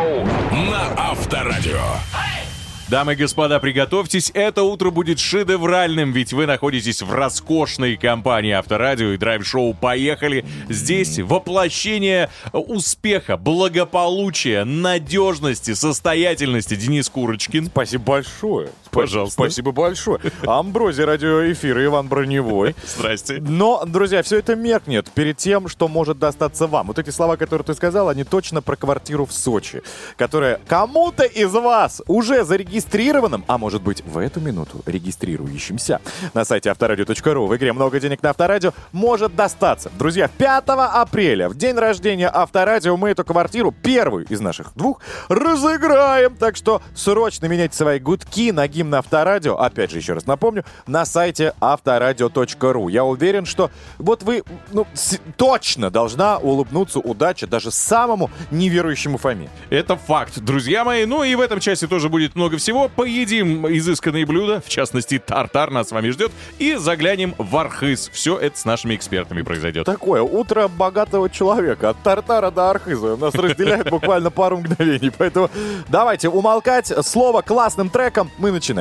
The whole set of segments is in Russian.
Драйв-шоу на Авторадио. Дамы и господа, приготовьтесь, это утро будет шедевральным, ведь вы находитесь в роскошной компании Авторадио и Драйв-шоу «Поехали». Здесь воплощение успеха, благополучия, надежности, состоятельности. Денис Курочкин. Спасибо большое. Пожалуйста. Спасибо большое. Амброзия радиоэфира, Иван Броневой. Здрасте. Но, друзья, все это меркнет перед тем, что может достаться вам. Вот эти слова, которые ты сказал, они точно про квартиру в Сочи, которая кому-то из вас уже зарегистрированным, а может быть в эту минуту регистрирующимся на сайте авторадио.ру в игре «Много денег на Авторадио» может достаться. Друзья, 5 апреля, в день рождения Авторадио, мы эту квартиру, первую из наших двух, разыграем. Так что срочно меняйте свои гудки на гимн Авторадио. Опять же, еще раз напомню, на сайте авторадио.ру. Я уверен, что вот вы точно должна улыбнуться удача даже самому неверующему Фоме. Это факт, друзья мои. Ну и в этом часе тоже будет много всего. Поедим изысканные блюда, в частности, тартар нас с вами ждет. И заглянем в Архыз. Все это с нашими экспертами произойдет. Такое утро богатого человека. От тартара до Архыза нас разделяет буквально пару мгновений. Поэтому давайте умолкать. Слово классным треком. Мы начинаем.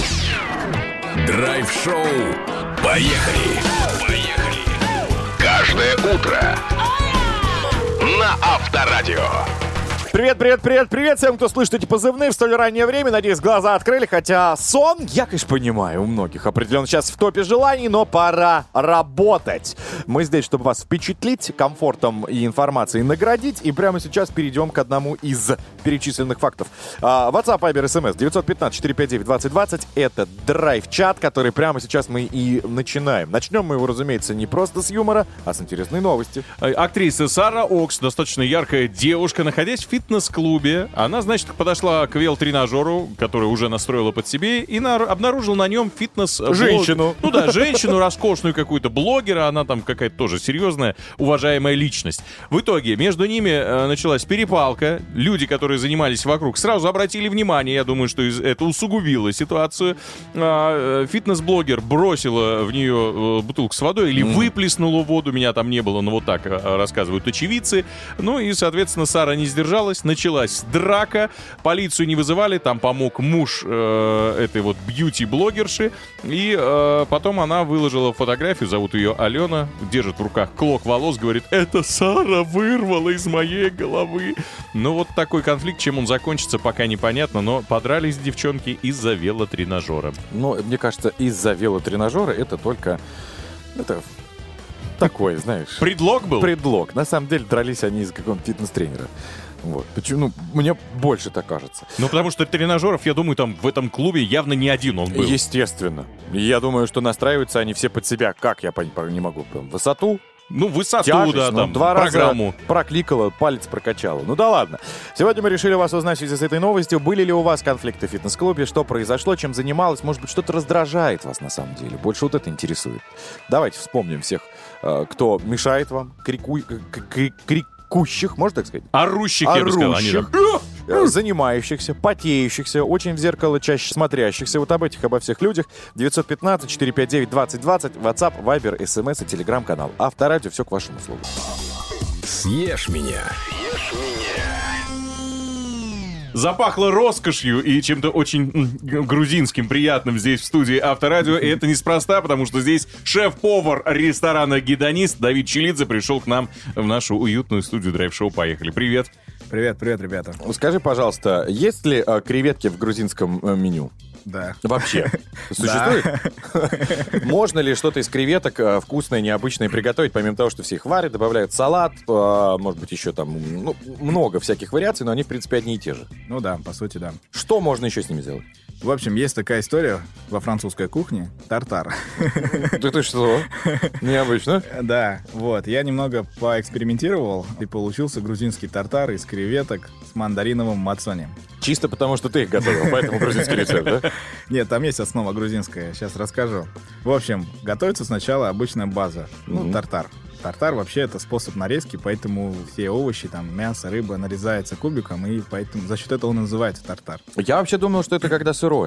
Драйв-шоу. Поехали. Поехали. Каждое утро на Авторадио. Привет всем, кто слышит эти позывные в столь раннее время. Надеюсь, глаза открыли, хотя сон, я, конечно, понимаю, у многих определенно сейчас в топе желаний, но пора работать. Мы здесь, чтобы вас впечатлить, комфортом и информацией наградить, и прямо сейчас перейдем к одному из перечисленных фактов. WhatsApp, Viber, SMS 915-459-2020. Это драйв-чат, который прямо сейчас мы и начинаем. Начнем мы его, разумеется, не просто с юмора, а с интересной новости. Актриса Сара Окс, достаточно яркая девушка, находясь в фитнес-клубе. Она, значит, подошла к велотренажеру, который уже настроила под себе, и обнаружила на нем Женщину. Ну да, женщину роскошную какую-то, блогера. Она там какая-то тоже серьезная, уважаемая личность. В итоге между ними началась перепалка. Люди, которые занимались вокруг, сразу обратили внимание. Я думаю, что это усугубило ситуацию. Фитнес-блогер бросила в нее бутылку с водой или выплеснула воду. Меня там не было, но вот так рассказывают очевидцы. Ну и, соответственно, Сара не сдержалась. Началась драка. Полицию не вызывали. Там помог муж этой вот бьюти-блогерши. И потом она выложила фотографию. Зовут ее Алена. Держит в руках клок волос. Говорит, это Сара вырвала из моей головы. Ну вот такой конфликт. Чем он закончится, пока непонятно. Но подрались девчонки из-за велотренажера. Ну, мне кажется, из-за велотренажера это только... Это такой, знаешь... Предлог был? Предлог. На самом деле дрались они из-за какого-то фитнес-тренера. Вот. Почему? Ну, мне больше так кажется. Ну, потому что тренажеров, я думаю, там в этом клубе явно не один он был. Естественно. Я думаю, что настраиваются они все под себя. Как, я не могу. Высоту, ну, высоту, тяжесть, да, там, два программу. раза прокликала, палец прокачала. Ну да ладно. Сегодня мы решили вас узнать в связи с этой новостью. Были ли у вас конфликты в фитнес-клубе? Что произошло? Чем занималась? Может быть, что-то раздражает вас на самом деле? Больше вот это интересует. Давайте вспомним всех, кто мешает вам, крикущих, можно так сказать? Орущих, я бы сказал. Занимающихся, потеющихся, очень в зеркало чаще смотрящихся. Вот об всех людях. 915-459-2020, WhatsApp, Viber, SMS и Telegram-канал. Авторадио, все к вашим услугам. Съешь меня. Запахло роскошью и чем-то очень грузинским, приятным здесь в студии Авторадио. И это неспроста, потому что здесь шеф-повар ресторана «Гедонист» Давид Челидзе пришел к нам в нашу уютную студию Драйв-шоу. Поехали. Привет. Привет, ребята. Скажи, пожалуйста, есть ли креветки в грузинском меню? Да. Вообще? Существует? Можно ли что-то из креветок вкусное, необычное приготовить, помимо того, что все их варят, добавляют салат, может быть, еще там много всяких вариаций, но они, в принципе, одни и те же. Ну да, по сути, да. Что можно еще с ними сделать? В общем, есть такая история во французской кухне. Тартар. Да ты что? Необычно. Да, вот. Я немного поэкспериментировал, и получился грузинский тартар из креветок с мандариновым мацони. Чисто потому, что ты их готовил, поэтому грузинский рецепт, да? Нет, там есть основа грузинская, сейчас расскажу. В общем, готовится сначала обычная база, тартар. Тартар вообще это способ нарезки, поэтому все овощи, там, мясо, рыба нарезается кубиком, и поэтому за счет этого он называется тартар. Я вообще думал, что это когда сырое.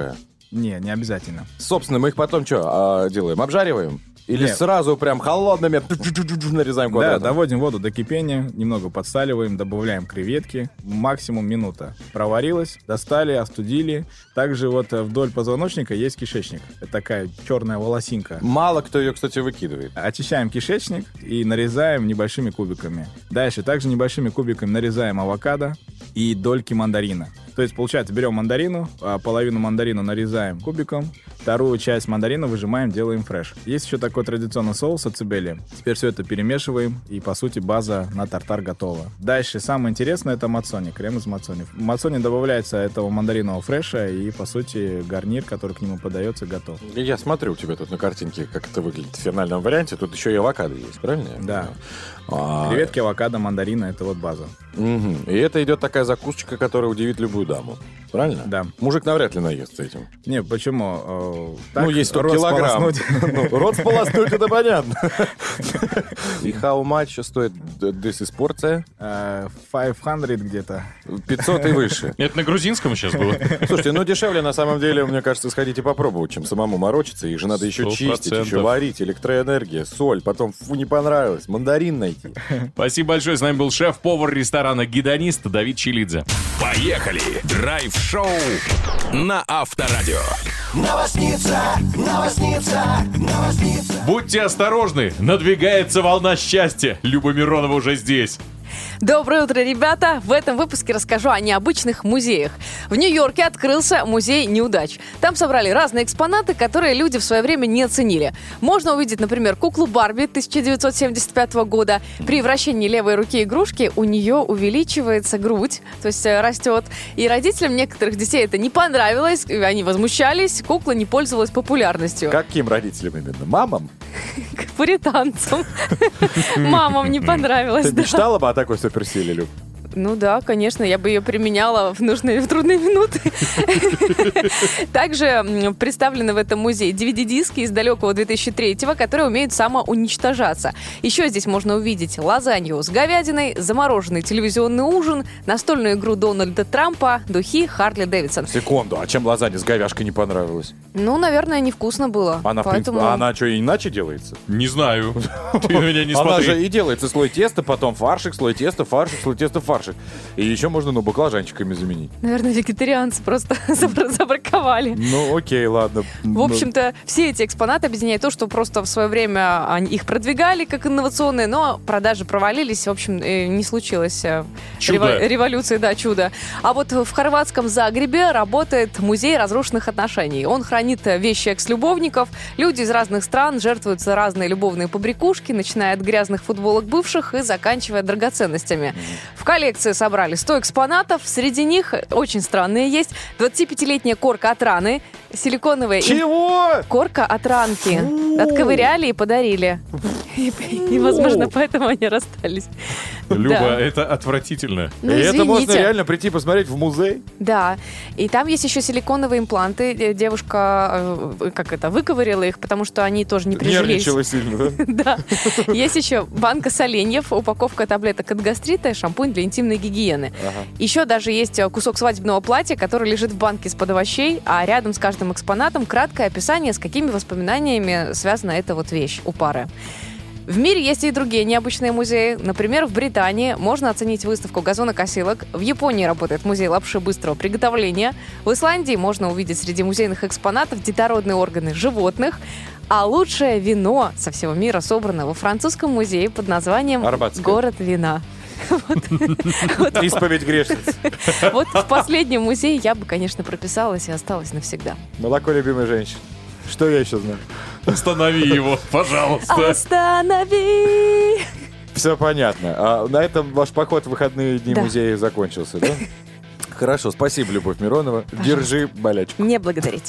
Не обязательно. Собственно, мы их потом что делаем? Обжариваем? Или Нет. сразу прям холодными нарезаем Да, квадратом? доводим воду до кипения, немного подсаливаем, добавляем креветки, максимум минута. Проварилось, достали, остудили. Также вот вдоль позвоночника есть кишечник. Это такая черная волосинка. Мало кто ее, кстати, выкидывает. Очищаем кишечник и нарезаем небольшими кубиками. Дальше также небольшими кубиками нарезаем авокадо и дольки мандарина. То есть, получается, берем мандарину, половину мандарина нарезаем кубиком, вторую часть мандарина выжимаем, делаем фреш. Есть еще такой традиционный соус ацибели. Теперь все это перемешиваем, и, по сути, база на тартар готова. Дальше самое интересное — это мацони, крем из мацони. В мацони добавляется этого мандаринового фреша, и, по сути, гарнир, который к нему подается, готов. Я смотрю у тебя тут на картинке, как это выглядит в финальном варианте. Тут еще и авокадо есть, правильно? Да. Креветки, авокадо, мандарина — это вот база. Угу. И это идет такая закусочка, которая удивит любую даму. Правильно? Да. Мужик навряд ли наестся этим. Не, почему? Ну, есть только рот килограмм. сполоснуть. Рот сполоснуть, это понятно. И how much стоит this is порция? 500 где-то. 500 и выше. Это на грузинском сейчас было? Слушайте, ну дешевле, на самом деле, мне кажется, сходить и попробовать, чем самому морочиться. Их же надо еще 100%. чистить, еще варить, электроэнергия, соль, потом, не понравилось, мандарин найти. Спасибо большое. С нами был шеф-повар ресторана «Гедонист» Давид Челидзе. Поехали! Драйв-шоу на Авторадио. Будьте осторожны, надвигается волна счастья. Люба Миронова уже здесь. Доброе утро, ребята! В этом выпуске расскажу о необычных музеях. В Нью-Йорке открылся музей неудач. Там собрали разные экспонаты, которые люди в свое время не оценили. Можно увидеть, например, куклу Барби 1975 года. При вращении левой руки игрушки у нее увеличивается грудь, то есть растет. И родителям некоторых детей это не понравилось, они возмущались, кукла не пользовалась популярностью. Каким родителям именно? Мамам? К пуританцам. Мамам не понравилось. Ты мечтала бы о такой суперсиле, Люб? Ну да, конечно, я бы ее применяла в нужные, в трудные минуты. Также представлены в этом музее DVD-диски из далекого 2003-го, которые умеют самоуничтожаться. Еще здесь можно увидеть лазанью с говядиной, замороженный телевизионный ужин, настольную игру Дональда Трампа, духи Харли Дэвидсон. Секунду, а чем лазанья с говяжкой не понравилась? Ну, наверное, невкусно было. Она, в принципе, она что, иначе делается? Не знаю. Ты на меня не Она смотри. же и делается слой теста, потом фаршик, слой теста, фаршик, слой теста, фаршик. И еще можно, баклажанчиками заменить. Наверное, вегетарианцы просто забраковали. Ну, окей, ладно. В общем-то, все эти экспонаты объединяют то, что просто в свое время их продвигали как инновационные, но продажи провалились, в общем, не случилось Чудо. революции, да, чудо. А вот в хорватском Загребе работает музей разрушенных отношений. Он хранит вещи экс-любовников. Люди из разных стран жертвуют за разные любовные побрякушки, начиная от грязных футболок бывших и заканчивая драгоценностями. В коллекции собрали 100 экспонатов. Среди них очень странные есть. 25-летняя корка от раны, силиконовая... Чего? Корка от ранки. Отковыряли и подарили. И, возможно, поэтому они расстались. Люба, Да. это отвратительно. Ну, И это можно извините. реально прийти посмотреть в музей? Да. И там есть еще силиконовые импланты. Девушка, выковырила их, потому что они тоже не прижились. Нервничала сильно, да? Да. Есть еще банка соленьев, упаковка таблеток от гастрита, шампунь для интимной гигиены. Еще даже есть кусок свадебного платья, который лежит в банке из-под овощей, а рядом с каждым экспонатом краткое описание, с какими воспоминаниями связана эта вот вещь у пары. В мире есть и другие необычные музеи. Например, в Британии можно оценить выставку газонокосилок. В Японии работает музей лапши быстрого приготовления. В Исландии можно увидеть среди музейных экспонатов детородные органы животных. А лучшее вино со всего мира собрано во французском музее под названием Арбатское. «Город вина». Исповедь грешниц. Вот в последнем музее я бы, конечно, прописалась и осталась навсегда. Молоко любимой женщины. Что я еще знаю? Останови его, пожалуйста. Останови! Все понятно. А на этом ваш поход в выходные дни Да. музея закончился, да? Хорошо, спасибо, Любовь Миронова. Держи болячку. Не благодарить.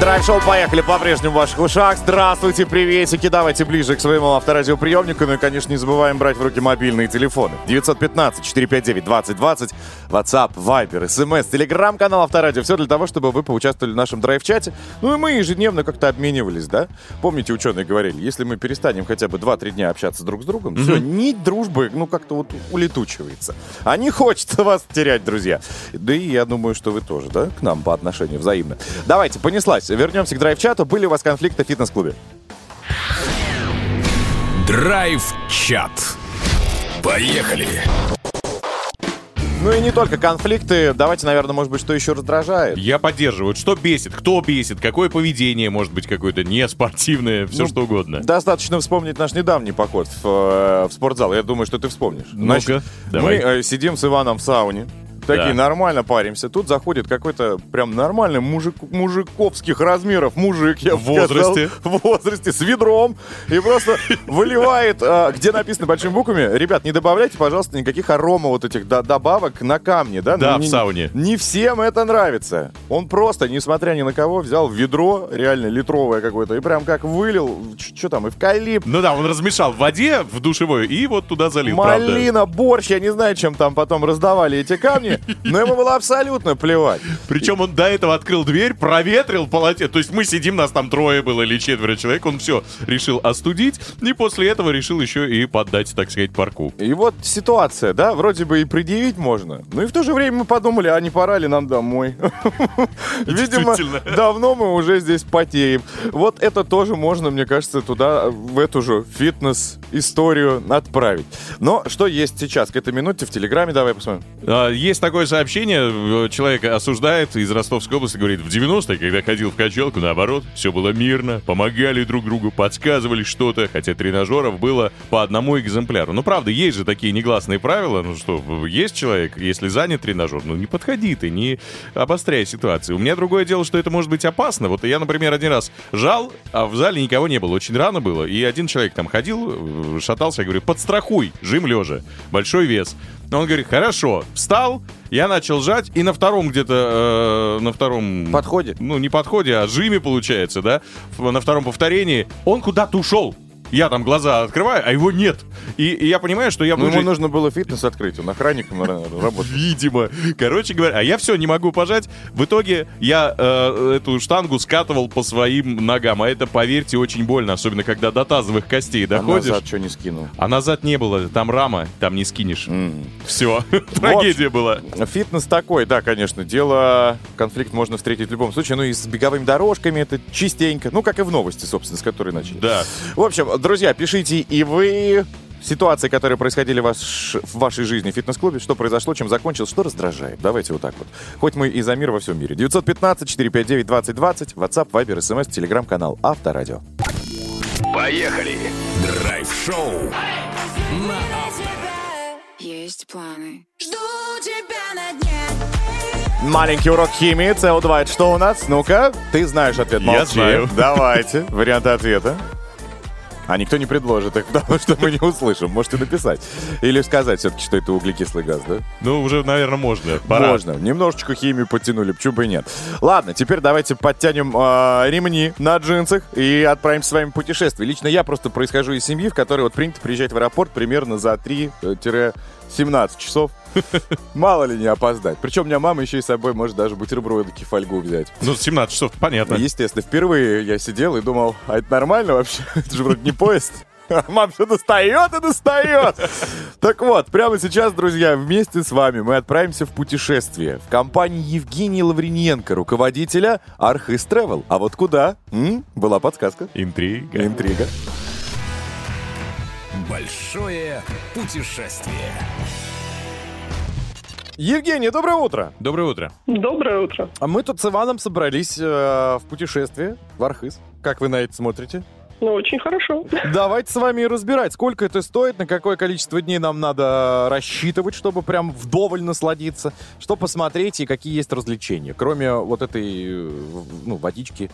Драйв-шоу «Поехали» по-прежнему в ваших ушах. Здравствуйте, приветики. Давайте ближе к своему авторадиоприемнику. Ну и, конечно, не забываем брать в руки мобильные телефоны. 915-459-2020, WhatsApp, Viber, SMS, Telegram-канал Авторадио. Все для того, чтобы вы поучаствовали в нашем драйв-чате. Ну и мы ежедневно как-то обменивались, да? Помните, ученые говорили, если мы перестанем хотя бы 2-3 дня общаться друг с другом, все, нить дружбы, ну, как-то вот улетучивается. А не хочется вас терять, друзья. Да и я думаю, что вы тоже, да, к нам по отношению взаимно. Давайте, понеслась. Вернемся к драйв-чату. Были у вас конфликты в фитнес-клубе? Драйв-чат. Поехали. Ну и не только конфликты. Давайте, наверное, может быть, что еще раздражает. Я поддерживаю. Что бесит? Кто бесит? Какое поведение может быть какое-то неспортивное? Все что угодно. Достаточно вспомнить наш недавний поход в спортзал. Я думаю, что ты вспомнишь. Ну-ка, давай. Мы сидим с Иваном в сауне. Такие, нормально паримся. Тут заходит какой-то прям нормальный мужиковских размеров мужик, я бы сказал. В возрасте, с ведром. И просто выливает, где написано большими буквами: ребят, не добавляйте, пожалуйста, никаких арома вот этих добавок на камни. Да, да, в сауне. Не всем это нравится. Он просто, несмотря ни на кого, взял ведро, реально литровое какое-то, и прям как вылил, что там, эвкалипт. Ну да, он размешал в воде, в душевой, и вот туда залил, малина, правда. борщ, я не знаю, чем там потом раздавали эти камни. Но ему было абсолютно плевать. Причем он до этого открыл дверь, проветрил полотенце. То есть мы сидим, нас там 3 было или 4 человек. Он все решил остудить. И после этого решил еще и поддать, так сказать, парку. И вот ситуация, да, вроде бы и предъявить можно. Ну и в то же время мы подумали, а не пора ли нам домой? Видимо, давно мы уже здесь потеем. Вот это тоже можно, мне кажется, туда, в эту же фитнес-историю отправить. Но что есть сейчас к этой минуте в Телеграме? Давай посмотрим. Есть такое сообщение, человек осуждает из Ростовской области, говорит, в 90-е, когда ходил в качалку, наоборот, все было мирно, помогали друг другу, подсказывали что-то, хотя тренажеров было по одному экземпляру. Ну, правда, есть же такие негласные правила, ну что, есть человек, если занят тренажер, ну, не подходи ты, не обостряй ситуацию. У меня другое дело, что это может быть опасно. Вот я, например, один раз жал, а в зале никого не было, очень рано было, и один человек там ходил, шатался, я говорю, подстрахуй, жим лежа, большой вес. Он говорит, хорошо, встал, я начал жать, и на втором где-то, на втором... Подходе? Ну, не подходе, а жиме, получается, да, на втором повторении, он куда-то ушел. Я там глаза открываю, а его нет. И я понимаю, что я... Ну, ему нужно было фитнес открыть, он охранником работает. Видимо. Короче говоря, а я все не могу пожать. В итоге я эту штангу скатывал по своим ногам. А это, поверьте, очень больно. Особенно, когда до тазовых костей доходишь. А назад что не скинул? А назад не было. Там рама, там не скинешь. Все. Трагедия была. Фитнес такой, да, конечно. Дело, конфликт можно встретить в любом случае. Ну и с беговыми дорожками это частенько. Ну, как и в новости, собственно, с которой начали. Да. В общем, друзья, пишите и вы ситуации, которые происходили в вашей жизни в фитнес-клубе, что произошло, чем закончилось, что раздражает. Давайте вот так вот. Хоть мы и за мир во всем мире. 915-459-2020, WhatsApp, Viber, SMS, Telegram-канал Авторадио. Поехали! Драйв-шоу на Авторадио. Есть планы. Жду тебя на дне. Маленький урок химии, CO2. Что у нас? Ну-ка, ты знаешь ответ. Молчи. Я знаю. Давайте, варианты ответа. А никто не предложит их, потому что мы не услышим. Можете написать. Или сказать все-таки, что это углекислый газ, да? Ну, уже, наверное, можно. Пора. Можно. Немножечко химию подтянули, почему бы и нет. Ладно, теперь давайте подтянем ремни на джинсах и отправимся с вами в путешествие. Лично я просто происхожу из семьи, в которой вот принято приезжать в аэропорт примерно за 3-17 часов. Мало ли не опоздать. Причем у меня мама еще и с собой может даже бутербродики, фольгу взять. Ну, 17 часов, понятно. Естественно, впервые я сидел и думал, а это нормально вообще? Это же вроде не поезд. А мам все достает и достает. Так вот, прямо сейчас, друзья, вместе с вами мы отправимся в путешествие в компании Евгения Лавриненко, руководителя Архыз Travel. А вот куда? Была подсказка. Интрига. Интрига. Большое путешествие. Евгений, доброе утро. Доброе утро. Доброе утро. А мы тут с Иваном собрались в путешествие в Архыз. Как вы на это смотрите? Ну, очень хорошо. Давайте с вами и разбирать, сколько это стоит, на какое количество дней нам надо рассчитывать, чтобы прям вдоволь насладиться, что посмотреть и какие есть развлечения. Кроме вот этой, водички.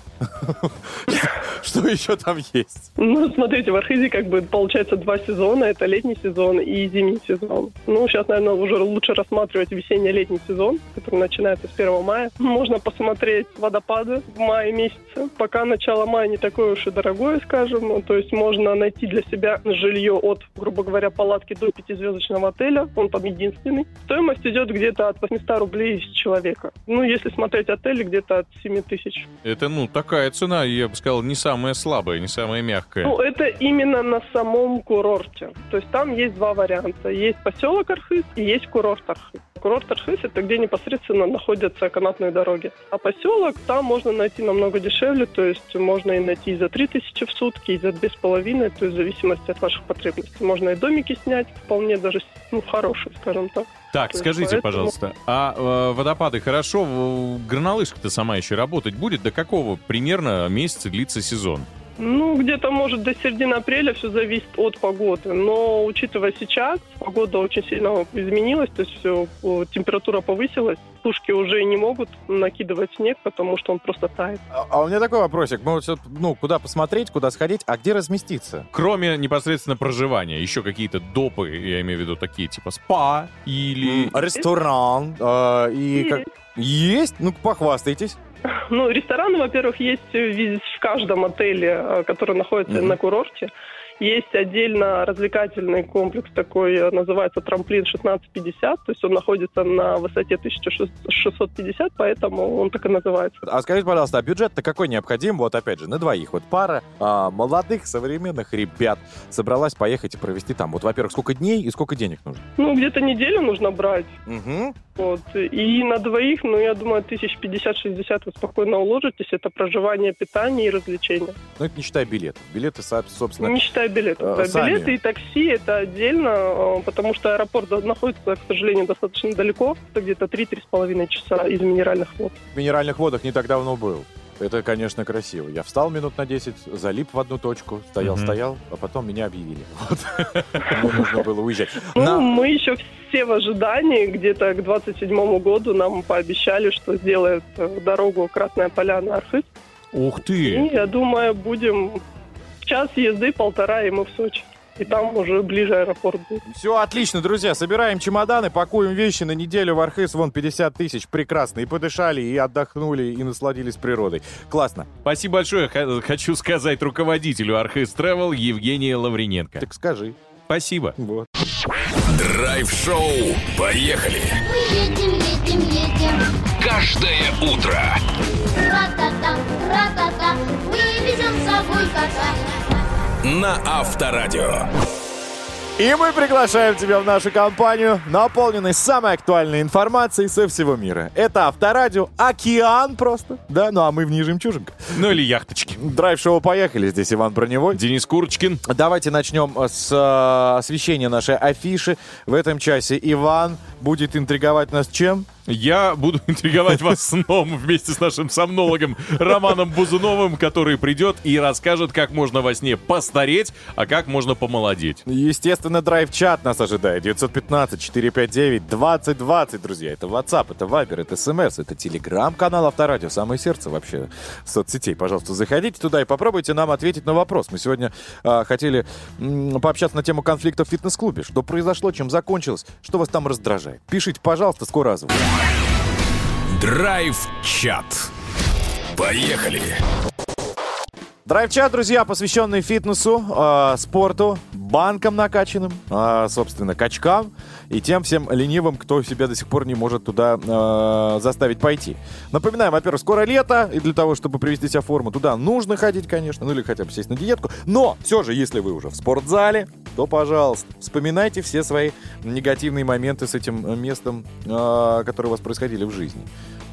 Что еще там есть? Ну, смотрите, в Архизе получается 2 сезона. Это летний сезон и зимний сезон. Ну, сейчас, наверное, уже лучше рассматривать весенне-летний сезон, который начинается с 1 мая. Можно посмотреть водопады в мае месяце. Пока начало мая не такое уж и дорогое, скажем. То есть можно найти для себя жилье от, грубо говоря, палатки до 5-звездочного отеля. Он там единственный. Стоимость идет где-то от 800 рублей с человека. Ну, если смотреть отели, где-то от 7 тысяч. Это, такая цена, я бы сказал, не самая слабая, не самая мягкая. Ну, это именно на самом курорте. То есть там есть 2 варианта. Есть поселок Архыз и есть курорт Архыз. Курорт Архыз — это где непосредственно находятся канатные дороги. А поселок там можно найти намного дешевле, то есть можно и найти и за 3000 в сутки, и за 2500, то есть в зависимости от ваших потребностей. Можно и домики снять, вполне даже хорошие, скажем так. Так, скажите, пожалуйста, а водопады хорошо? Горнолыжка-то сама еще работать будет? До какого примерно месяца длится сезон? Ну, где-то, может, до середины апреля все зависит от погоды. Но, учитывая сейчас, погода очень сильно изменилась, то есть температура повысилась. Сушки уже не могут накидывать снег, потому что он просто тает. А у меня такой вопросик. Куда посмотреть, куда сходить, а где разместиться? Кроме непосредственно проживания, еще какие-то допы, я имею в виду такие, типа спа или... Ресторан. Есть? Ну, похвастайтесь. Ну, рестораны, во-первых, есть в каждом отеле, который находится на курорте. Есть отдельно развлекательный комплекс такой, называется «Трамплин 1650», то есть он находится на высоте 1650, поэтому он так и называется. А скажите, пожалуйста, а бюджет-то какой необходим? Вот опять же, на двоих. Вот пара молодых, современных ребят собралась поехать и провести там. Вот, во-первых, сколько дней и сколько денег нужно? Ну, где-то неделю нужно брать. Угу. Вот. И на двоих, я думаю, 1050-60 вы спокойно уложитесь. Это проживание, питание и развлечения. Ну, это не считая билетов. Билеты, собственно... Не считая билетов. Сами. Билеты и такси — это отдельно, потому что аэропорт находится, к сожалению, достаточно далеко. Это где-то 3-3,5 часа из Минеральных вод. В Минеральных водах не так давно был. Это, конечно, красиво. Я встал минут на 10, залип в одну точку, стоял, а потом меня объявили. Мне нужно было уезжать. Мы еще все в ожидании. Где-то к 27 году нам пообещали, что сделают дорогу Красная Поляна Архыз. Ух ты! И, я думаю, будем час езды, 1,5, и мы в Сочи. И там уже ближе аэропорт будет. Все отлично, друзья. Собираем чемоданы, пакуем вещи на неделю в Архыз. Вон 50 тысяч. Прекрасно. И подышали, и отдохнули, и насладились природой. Классно. Спасибо большое. Хочу сказать руководителю Архыз Travel Евгении Лавриненко. Так скажи. Спасибо. Вот. Драйв-шоу. Поехали. Едем. Каждое утро. Ра-та-та, ра-та-та, вывезем с собой кота. На Авторадио. И мы приглашаем тебя в нашу компанию, наполненной самой актуальной информацией со всего мира. Это Авторадио, океан просто. Да, а мы в ней жемчужинка. Ну или яхточки. Драйв-шоу «Поехали». Здесь Иван Броневой. Денис Курочкин. Давайте начнем с освещения нашей афиши. В этом часе Иван будет интриговать нас чем? Я буду интриговать вас сном вместе с нашим сомнологом Романом Бузуновым, который придет и расскажет, как можно во сне постареть, а как можно помолодеть. Естественно, драйв-чат нас ожидает. 915-459-2020, друзья. Это WhatsApp, это Viber, это SMS, это телеграм-канал Авторадио. Самое сердце вообще соцсетей. Пожалуйста, заходите туда и попробуйте нам ответить на вопрос. Мы сегодня хотели пообщаться на тему конфликта в фитнес-клубе. Что произошло, чем закончилось, что вас там раздражает. Пишите, пожалуйста, скоро озвучим. Драйв-чат. Поехали. Драйв-чат, друзья, посвященный фитнесу, спорту, банкам накачанным, собственно, качкам и тем всем ленивым, кто себя до сих пор не может туда заставить пойти. Напоминаем, во-первых, скоро лето, и для того, чтобы привести себя в форму, туда нужно ходить, конечно, ну или хотя бы сесть на диетку. Но все же, если вы уже в спортзале, то, пожалуйста, вспоминайте все свои негативные моменты с этим местом, которые у вас происходили в жизни.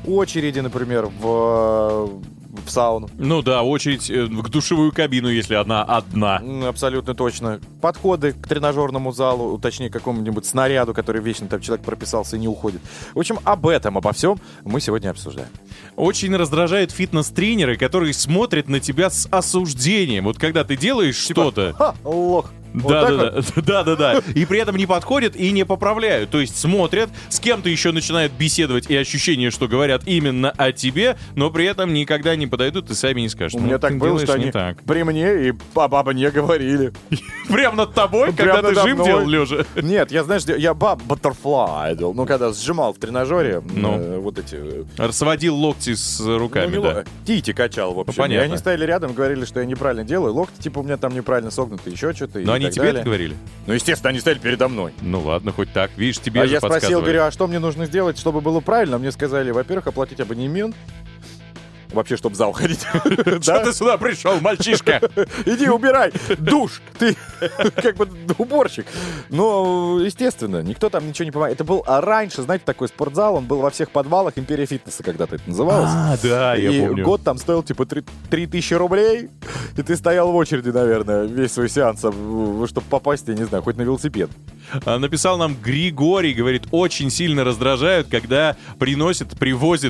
очереди, например, в сауну. Ну да, очередь в душевую кабину, если она одна. Абсолютно точно. Подходы к тренажерному залу, точнее, к какому-нибудь снаряду, который вечно там человек прописался и не уходит. В общем, обо всем мы сегодня обсуждаем. Очень раздражают фитнес-тренеры, которые смотрят на тебя с осуждением. Вот когда ты делаешь что-то... Ха, лох. Вот так вот? Да. И при этом не подходят и не поправляют. То есть смотрят, с кем-то еще начинают беседовать, и ощущение, что говорят именно о тебе, но при этом никогда не подойдут и сами не скажут. У меня так было, что они при мне и обо мне говорили. Прям над тобой, когда ты жим делал лежа? Нет, я, знаешь, я баттерфлай делал. Ну, когда сжимал в тренажере вот эти... Сводил локти с руками, да. Тити качал, в общем. И они стояли рядом, говорили, что я неправильно делаю. Локти, типа, у меня там неправильно согнуты, еще что-то. Но они тебе это говорили? Ну, естественно, они стояли передо мной. Ну ладно, хоть так. Видишь, тебе же я подсказывали. спросил, говорю, а что мне нужно сделать, чтобы было правильно? Мне сказали, во-первых, оплатить абонемент. Вообще, чтобы в зал ходить. Что ты сюда пришел, мальчишка? Иди убирай, душ, ты как бы уборщик. Но, естественно, никто там ничего не помогает. Это был раньше, знаете, такой спортзал, он был во всех подвалах Империя фитнеса, когда-то это называлось. Да, я помню. И год там стоил типа 3000 рублей, и ты стоял в очереди, наверное, весь свой сеанс, чтобы попасть, я не знаю, хоть на велосипед. Написал нам Григорий, говорит, очень сильно раздражают, когда привозят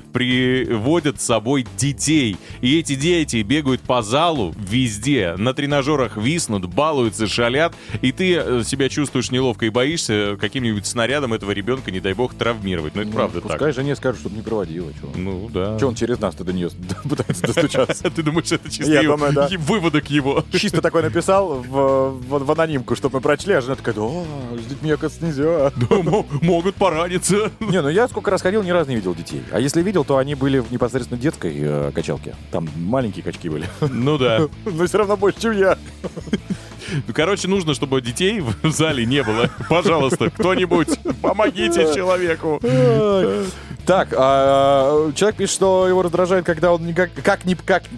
с собой детей. И эти дети бегают по залу везде, на тренажерах виснут, балуются, шалят, и ты себя чувствуешь неловко и боишься каким-нибудь снарядом этого ребенка, не дай бог, травмировать. Ну, это правда так. Пускай жене скажут, чтобы не проводила. Ну, да. Че он через нас-то до нее пытается достучаться? Ты думаешь, это чисто выводок его? Чисто такой написал в анонимку, чтобы мы прочли, а жена такая, да, с детьми, оказывается, нельзя. Могут пораниться. Не, ну я сколько раз ходил, ни разу не видел детей. А если видел, то они были в непосредственно детской качалке. Там маленькие качки были. Ну да. Но все равно больше, чем я. Ну, короче, нужно, чтобы детей в зале не было. Пожалуйста, кто-нибудь, помогите человеку. Так, человек пишет, что его раздражает, когда он как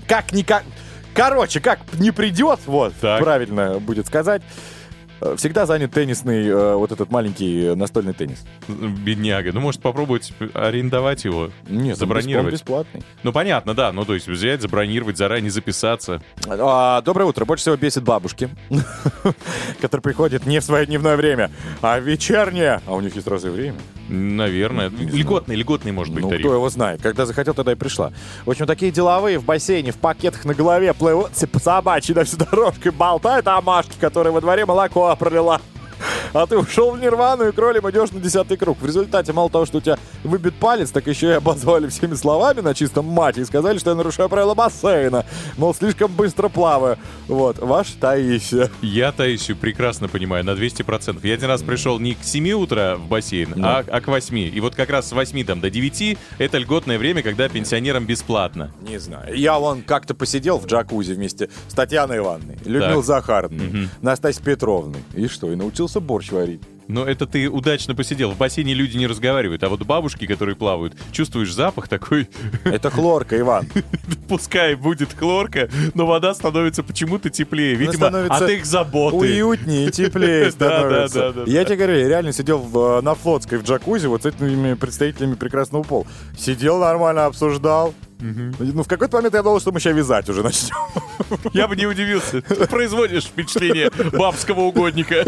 не придет, вот, правильно будет сказать. Всегда занят теннисный, вот этот маленький настольный теннис. Бедняга. Ну, может, попробовать арендовать его? Нет, забронировать? Он бесплатный. Ну, понятно, да. Ну, то есть взять, забронировать, заранее записаться. Доброе утро. Больше всего бесит бабушки, которые приходят не в свое дневное время, а в вечернее. А у них есть разное время. Наверное. Льготный, может быть, тариф. Кто его знает. Когда захотел, тогда и пришла. В общем, такие деловые в бассейне, в пакетах на голове плывут по собачьей на всю дорожку и болтают о Машке, которая во дворе молоко пролила. А ты ушел в нирвану и кролем идешь на 10-й круг. В результате, мало того, что у тебя выбит палец, так еще и обозвали всеми словами на чистом мате и сказали, что я нарушаю правила бассейна. Мол, слишком быстро плаваю. Вот, ваш Таисия. Я Таисию прекрасно понимаю, на 200%. Я один раз пришел не к 7 утра в бассейн, а к 8. И вот как раз с 8 до 9 это льготное время, когда пенсионерам бесплатно. Не знаю. Я вон как-то посидел в джакузи вместе с Татьяной Ивановной, Людмилой Захаровной, Настасьей Петровной. И что, и научился борщ варить. Но это ты удачно посидел. В бассейне люди не разговаривают, а вот бабушки, которые плавают, чувствуешь запах такой... Это хлорка, Иван. Пускай будет хлорка, но вода становится почему-то теплее. Видимо, от их заботы. Уютнее и теплее становится. Да. Я тебе говорю, я реально сидел на Флотской в джакузи вот с этими представителями прекрасного пола. Сидел нормально, обсуждал. Ну, в какой-то момент я думал, что мы сейчас вязать уже начнем. Я бы не удивился. Ты производишь впечатление бабского угодника.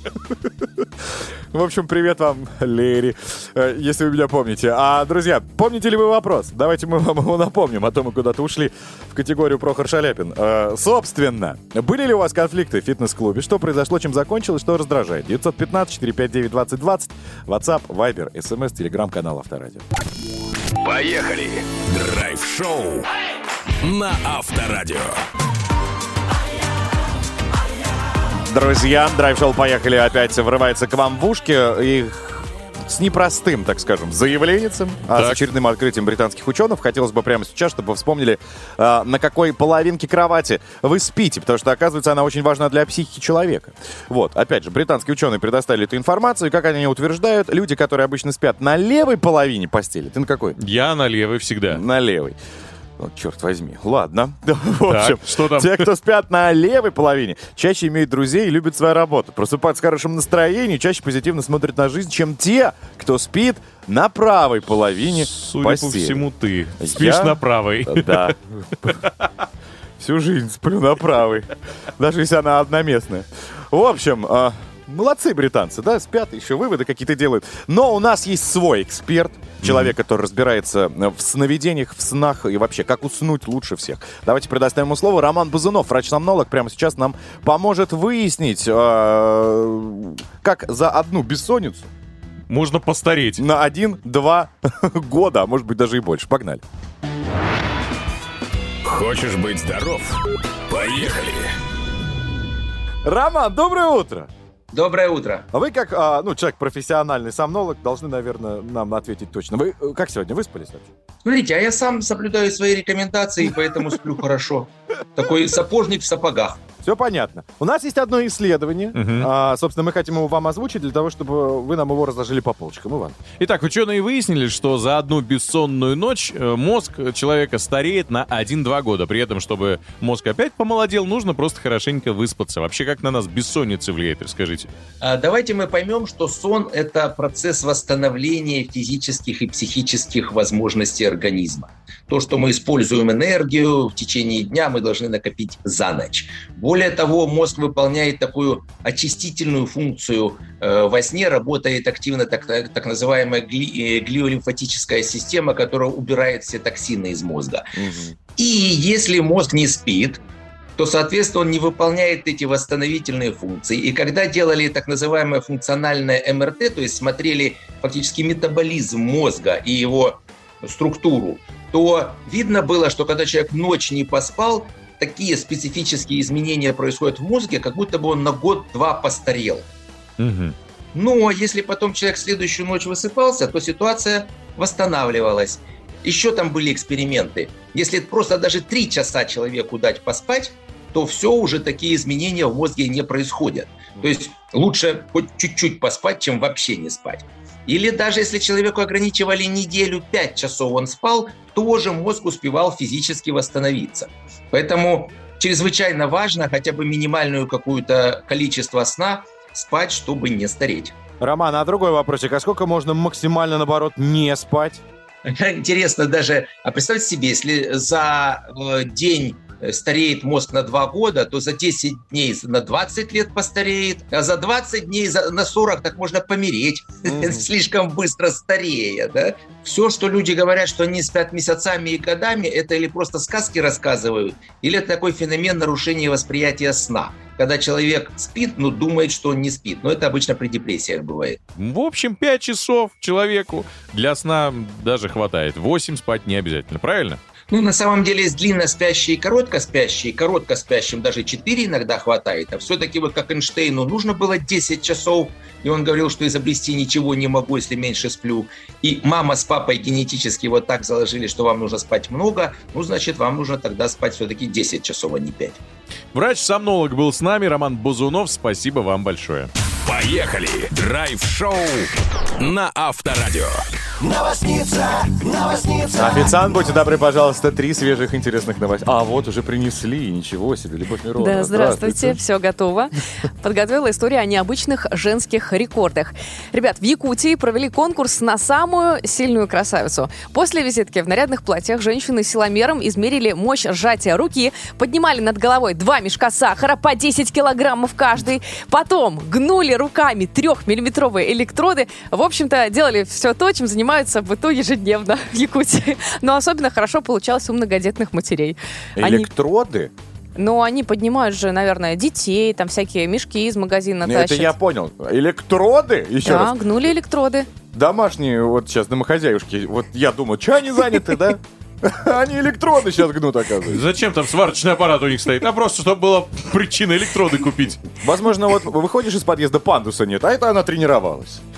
В общем, привет вам, Лери, если вы меня помните. Друзья, помните ли вы вопрос? Давайте мы вам его напомним, а то мы куда-то ушли в категорию Прохор Шаляпин. Собственно, были ли у вас конфликты в фитнес-клубе? Что произошло, чем закончилось, что раздражает? 915-459-2020, WhatsApp, Viber, SMS, Telegram-канал Авторадио. Поехали! Драйв-шоу на Авторадио. Друзья, драйв-шоу «Поехали» опять врывается к вам в ушки. И с непростым, так скажем, заявленицем, с очередным открытием британских ученых. Хотелось бы прямо сейчас, чтобы вы вспомнили, на какой половинке кровати вы спите, потому что, оказывается, она очень важна для психики человека. Вот, опять же, британские ученые предоставили эту информацию, и, как они утверждают, люди, которые обычно спят на левой половине постели, ты на какой? Я на левой всегда. На левой. Ну, черт возьми. Ладно. В общем, что там? те, кто спят на левой половине, чаще имеют друзей и любят свою работу. Просыпаются с хорошим настроением, чаще позитивно смотрят на жизнь, чем те, кто спит на правой половине Судя постели. по всему, ты спишь на правой. Да. Всю жизнь сплю на правой. Даже если она одноместная. В общем, молодцы британцы, да, спят, еще выводы какие-то делают. Но у нас есть свой эксперт, человек, который разбирается в сновидениях, в снах и вообще, как уснуть лучше всех. Давайте предоставим ему слово. Роман Бузунов, врач-сомнолог, прямо сейчас нам поможет выяснить, как за одну бессонницу Можно постареть. на 1-2 года, а может быть даже и больше. Погнали. Хочешь быть здоров? Поехали! Роман, доброе утро! Доброе утро. А вы как, человек профессиональный сомнолог, должны, наверное, нам ответить точно. Вы как сегодня, выспались вообще? Смотрите, а я сам соблюдаю свои рекомендации, поэтому сплю хорошо. Такой сапожник в сапогах. Все понятно. У нас есть одно исследование. Собственно, мы хотим его вам озвучить для того, чтобы вы нам его разложили по полочкам. Иван. Итак, ученые выяснили, что за одну бессонную ночь мозг человека стареет на 1-2 года. При этом, чтобы мозг опять помолодел, нужно просто хорошенько выспаться. Вообще, как на нас бессонница влияет, расскажите. Давайте мы поймем, что сон – это процесс восстановления физических и психических возможностей организма. То, что мы используем энергию в течение дня, мы должны накопить за ночь. Более того, мозг выполняет такую очистительную функцию. Во сне работает активно так называемая глиолимфатическая система, которая убирает все токсины из мозга. И если мозг не спит, то, соответственно, он не выполняет эти восстановительные функции. И когда делали так называемое функциональное МРТ, то есть смотрели фактически метаболизм мозга и его структуру, то видно было, что когда человек ночь не поспал, такие специфические изменения происходят в мозге, как будто бы он на год-два постарел. Но если потом человек следующую ночь высыпался, то ситуация восстанавливалась. Еще там были эксперименты. Если просто даже 3 часа человеку дать поспать, то все, уже такие изменения в мозге не происходят. То есть лучше хоть чуть-чуть поспать, чем вообще не спать. Или даже если человеку ограничивали неделю, 5 часов он спал, тоже мозг успевал физически восстановиться. Поэтому чрезвычайно важно хотя бы минимальную какую-то количество сна спать, чтобы не стареть. Роман, а другой вопросик. А сколько можно максимально, наоборот, не спать? Интересно даже, а представьте себе, если за день стареет мозг на 2 года, то за 10 дней на 20 лет постареет, а за 20 дней на 40 так можно помереть, слишком быстро старея. Да? Все, что люди говорят, что они спят месяцами и годами, это или просто сказки рассказывают, или это такой феномен нарушения восприятия сна. Когда человек спит, но думает, что он не спит. Но это обычно при депрессиях бывает. В общем, 5 часов человеку для сна даже хватает. 8 спать не обязательно, правильно? Ну, на самом деле, есть длинно спящие и коротко спящие. Коротко спящим даже 4 иногда хватает. А все-таки вот как Эйнштейну нужно было 10 часов. И он говорил, что изобрести ничего не могу, если меньше сплю. И мама с папой генетически вот так заложили, что вам нужно спать много. Ну, значит, вам нужно тогда спать все-таки 10 часов, а не 5. Врач-сомнолог был с нами, Роман Бузунов. Спасибо вам большое. Поехали! Драйв-шоу на Авторадио. Официант, будьте добры, пожалуйста, 3 свежих интересных новостей. А вот уже принесли, ничего себе, Любовь Миронова. Да, здравствуйте, все готово. Подготовила историю о необычных женских рекордах. Ребят, в Якутии провели конкурс на самую сильную красавицу. После визитки в нарядных платьях женщины силомером измерили мощь сжатия руки, поднимали над головой 2 мешка сахара по 10 килограммов каждый, потом гнули руками 3-миллиметровые электроды. В общем-то, делали все то, чем занимаются в быту ежедневно в Якутии. Но особенно хорошо получалось у многодетных матерей. Электроды? Но они поднимают же, наверное, детей, там всякие мешки из магазина Это тащат. я понял. Электроды? Еще Да, раз. гнули электроды. Домашние, вот сейчас домохозяюшки, вот я думаю, что они заняты, да? Они электроды сейчас гнут, оказывается. Зачем там сварочный аппарат у них стоит? А просто, чтобы была причина электроды купить. Возможно, вот выходишь из подъезда, пандуса нет, а это она тренировалась.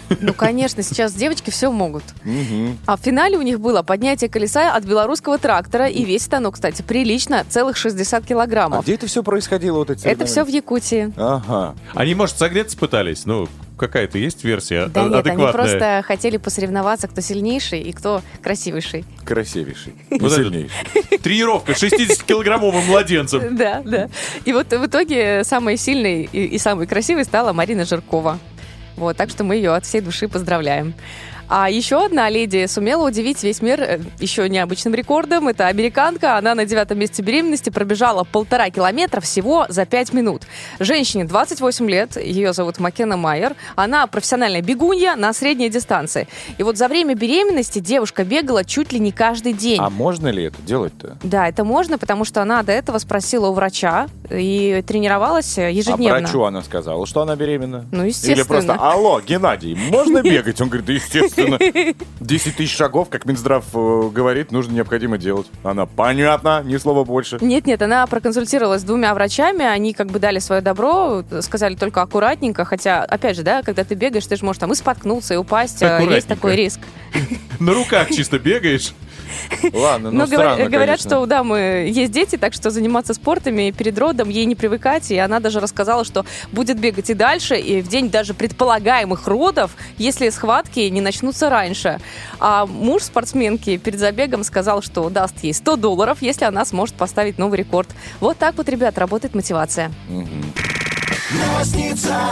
Ну, конечно, сейчас девочки все могут. А в финале у них было поднятие колеса от белорусского трактора, и весит оно, кстати, прилично, целых 60 А килограммов. где это все происходило? Вот эти Это все в Якутии. Ага. Они, может, согреться пытались? Ну, какая-то есть версия Да нет, адекватная? они просто хотели посоревноваться, кто сильнейший и кто красивейший. Красивейший. Вот Сильнейший. Тренировка с 60-килограммовым младенцем. Да, да. И вот в итоге самой сильной и самой красивой стала Марина Жиркова. Вот, так что мы ее от всей души поздравляем. А еще одна леди сумела удивить весь мир еще необычным рекордом. Это американка. Она на 9-м месяце беременности пробежала 1,5 километра всего за 5 минут. Женщине 28 лет. Ее зовут Маккена Майер. Она профессиональная бегунья на средней дистанции. И вот за время беременности девушка бегала чуть ли не каждый день. А можно ли это делать-то? Да, это можно, потому что она до этого спросила у врача и тренировалась ежедневно. А врачу она сказала, что она беременна? Ну, естественно. Или просто: алло, Геннадий, можно бегать? Он говорит: да, естественно. 10 тысяч шагов, как Минздрав говорит, необходимо делать. Она: понятно, ни слова больше. Нет, она проконсультировалась с 2 врачами, они как бы дали свое добро, сказали только аккуратненько, хотя, опять же, да, когда ты бегаешь, ты же можешь там и споткнуться, и упасть, есть такой риск. На руках чисто бегаешь. Ладно, Но странно, говорят, конечно. что у дамы есть дети, так что заниматься спортами перед родом ей не привыкать. И она даже рассказала, что будет бегать и дальше, и в день даже предполагаемых родов, если схватки не начнутся раньше. А муж спортсменки перед забегом сказал, что даст ей $100, если она сможет поставить новый рекорд. Вот так вот, ребят, работает мотивация. Новосница.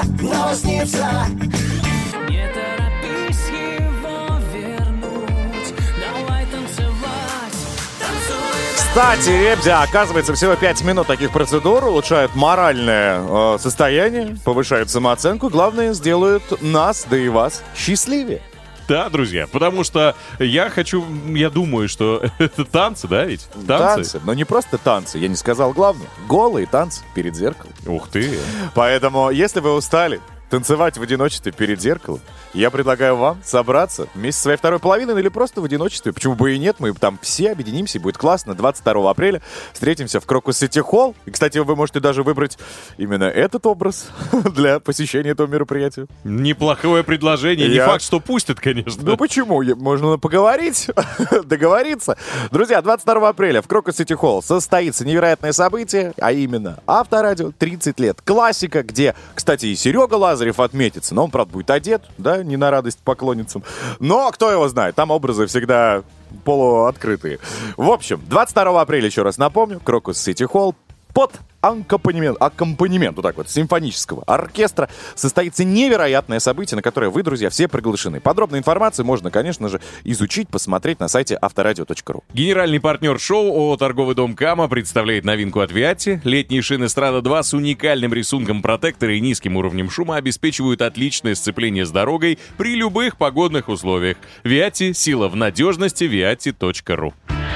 Не торопись его вернуть. Давай танцевать. Кстати, ребята, оказывается, всего 5 минут таких процедур улучшают моральное состояние, повышают самооценку. Главное, сделают нас, да и вас, счастливее. Да, друзья, потому что я думаю, что это танцы, да, ведь? Танцы. Но не просто танцы, я не сказал главное. Голые танцы перед зеркалом. Ух ты. Поэтому, если вы устали танцевать в одиночестве перед зеркалом, я предлагаю вам собраться вместе со своей второй половиной или просто в одиночестве. Почему бы и нет, мы там все объединимся, и будет классно. 22 апреля встретимся в Крокус Сити Холл. И, кстати, вы можете даже выбрать именно этот образ для посещения этого мероприятия. Неплохое предложение. Не факт, что пустят, конечно. Ну почему? Можно поговорить, договориться. Друзья, 22 апреля в Крокус Сити Холл состоится невероятное событие, а именно Авторадио 30 лет. Классика, где, кстати, и Серега Лазарев отметится. Но он, правда, будет одет, да, не на радость поклонницам. Но кто его знает, там образы всегда полуоткрытые. В общем, 22 апреля, еще раз напомню, Крокус Сити Холл под аккомпанемент вот так вот, симфонического оркестра состоится невероятное событие, на которое вы, друзья, все приглашены. Подробную информацию можно, конечно же, изучить, посмотреть на сайте авторадио.ру. Генеральный партнер шоу ООО «Торговый дом Кама» представляет новинку от Виатти. Летние шины Страда 2 с уникальным рисунком протектора и низким уровнем шума обеспечивают отличное сцепление с дорогой при любых погодных условиях. Виатти — сила в надежности. Viatti.ru.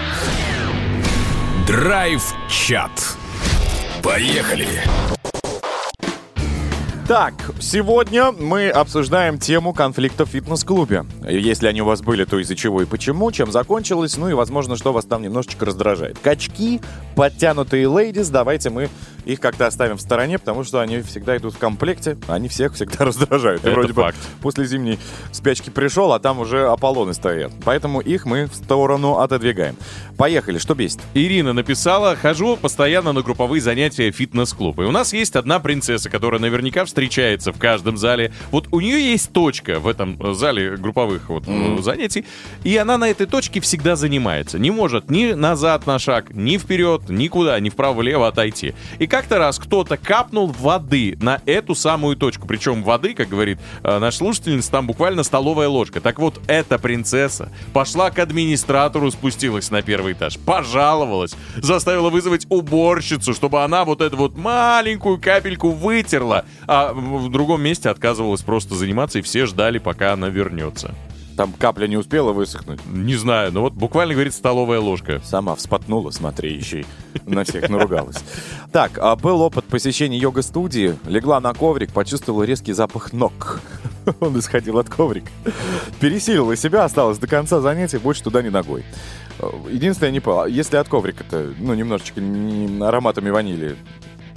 Драйв-чат. Поехали! Так, сегодня мы обсуждаем тему конфликта в фитнес-клубе. Если они у вас были, то из-за чего и почему, чем закончилось, ну и, возможно, что вас там немножечко раздражает. Качки, подтянутые лейдис, давайте мы их как-то оставим в стороне, потому что они всегда идут в комплекте, они всех всегда раздражают. Это вроде факт. бы после зимней спячки пришел, а там уже Аполлоны стоят. Поэтому их мы в сторону отодвигаем. Поехали, что бесит? Ирина написала: хожу постоянно на групповые занятия в фитнес-клуб. И у нас есть одна принцесса, которая наверняка встречается в каждом зале. Вот у нее есть точка в этом зале групповых занятий, и она на этой точке всегда занимается. Не может ни назад на шаг, ни вперед, никуда, ни вправо-влево отойти. И как-то раз кто-то капнул воды на эту самую точку. Причем воды, как говорит наш слушательница, там буквально столовая ложка. Так вот, эта принцесса пошла к администратору, спустилась на первый этаж, пожаловалась, заставила вызвать уборщицу, чтобы она вот эту вот маленькую капельку вытерла, а в другом месте отказывалась просто заниматься, и все ждали, пока она вернется. Там капля не успела высохнуть? Не знаю, но вот буквально, говорит, столовая ложка. Сама вспотнула, смотри, еще и на всех наругалась. Так, был опыт посещения йога-студии. Легла на коврик, почувствовала резкий запах ног. Он исходил от коврика. Пересилила себя, осталась до конца занятия, больше туда ни ногой. Единственное, я не понял, если от коврика-то, немножечко ароматами ванили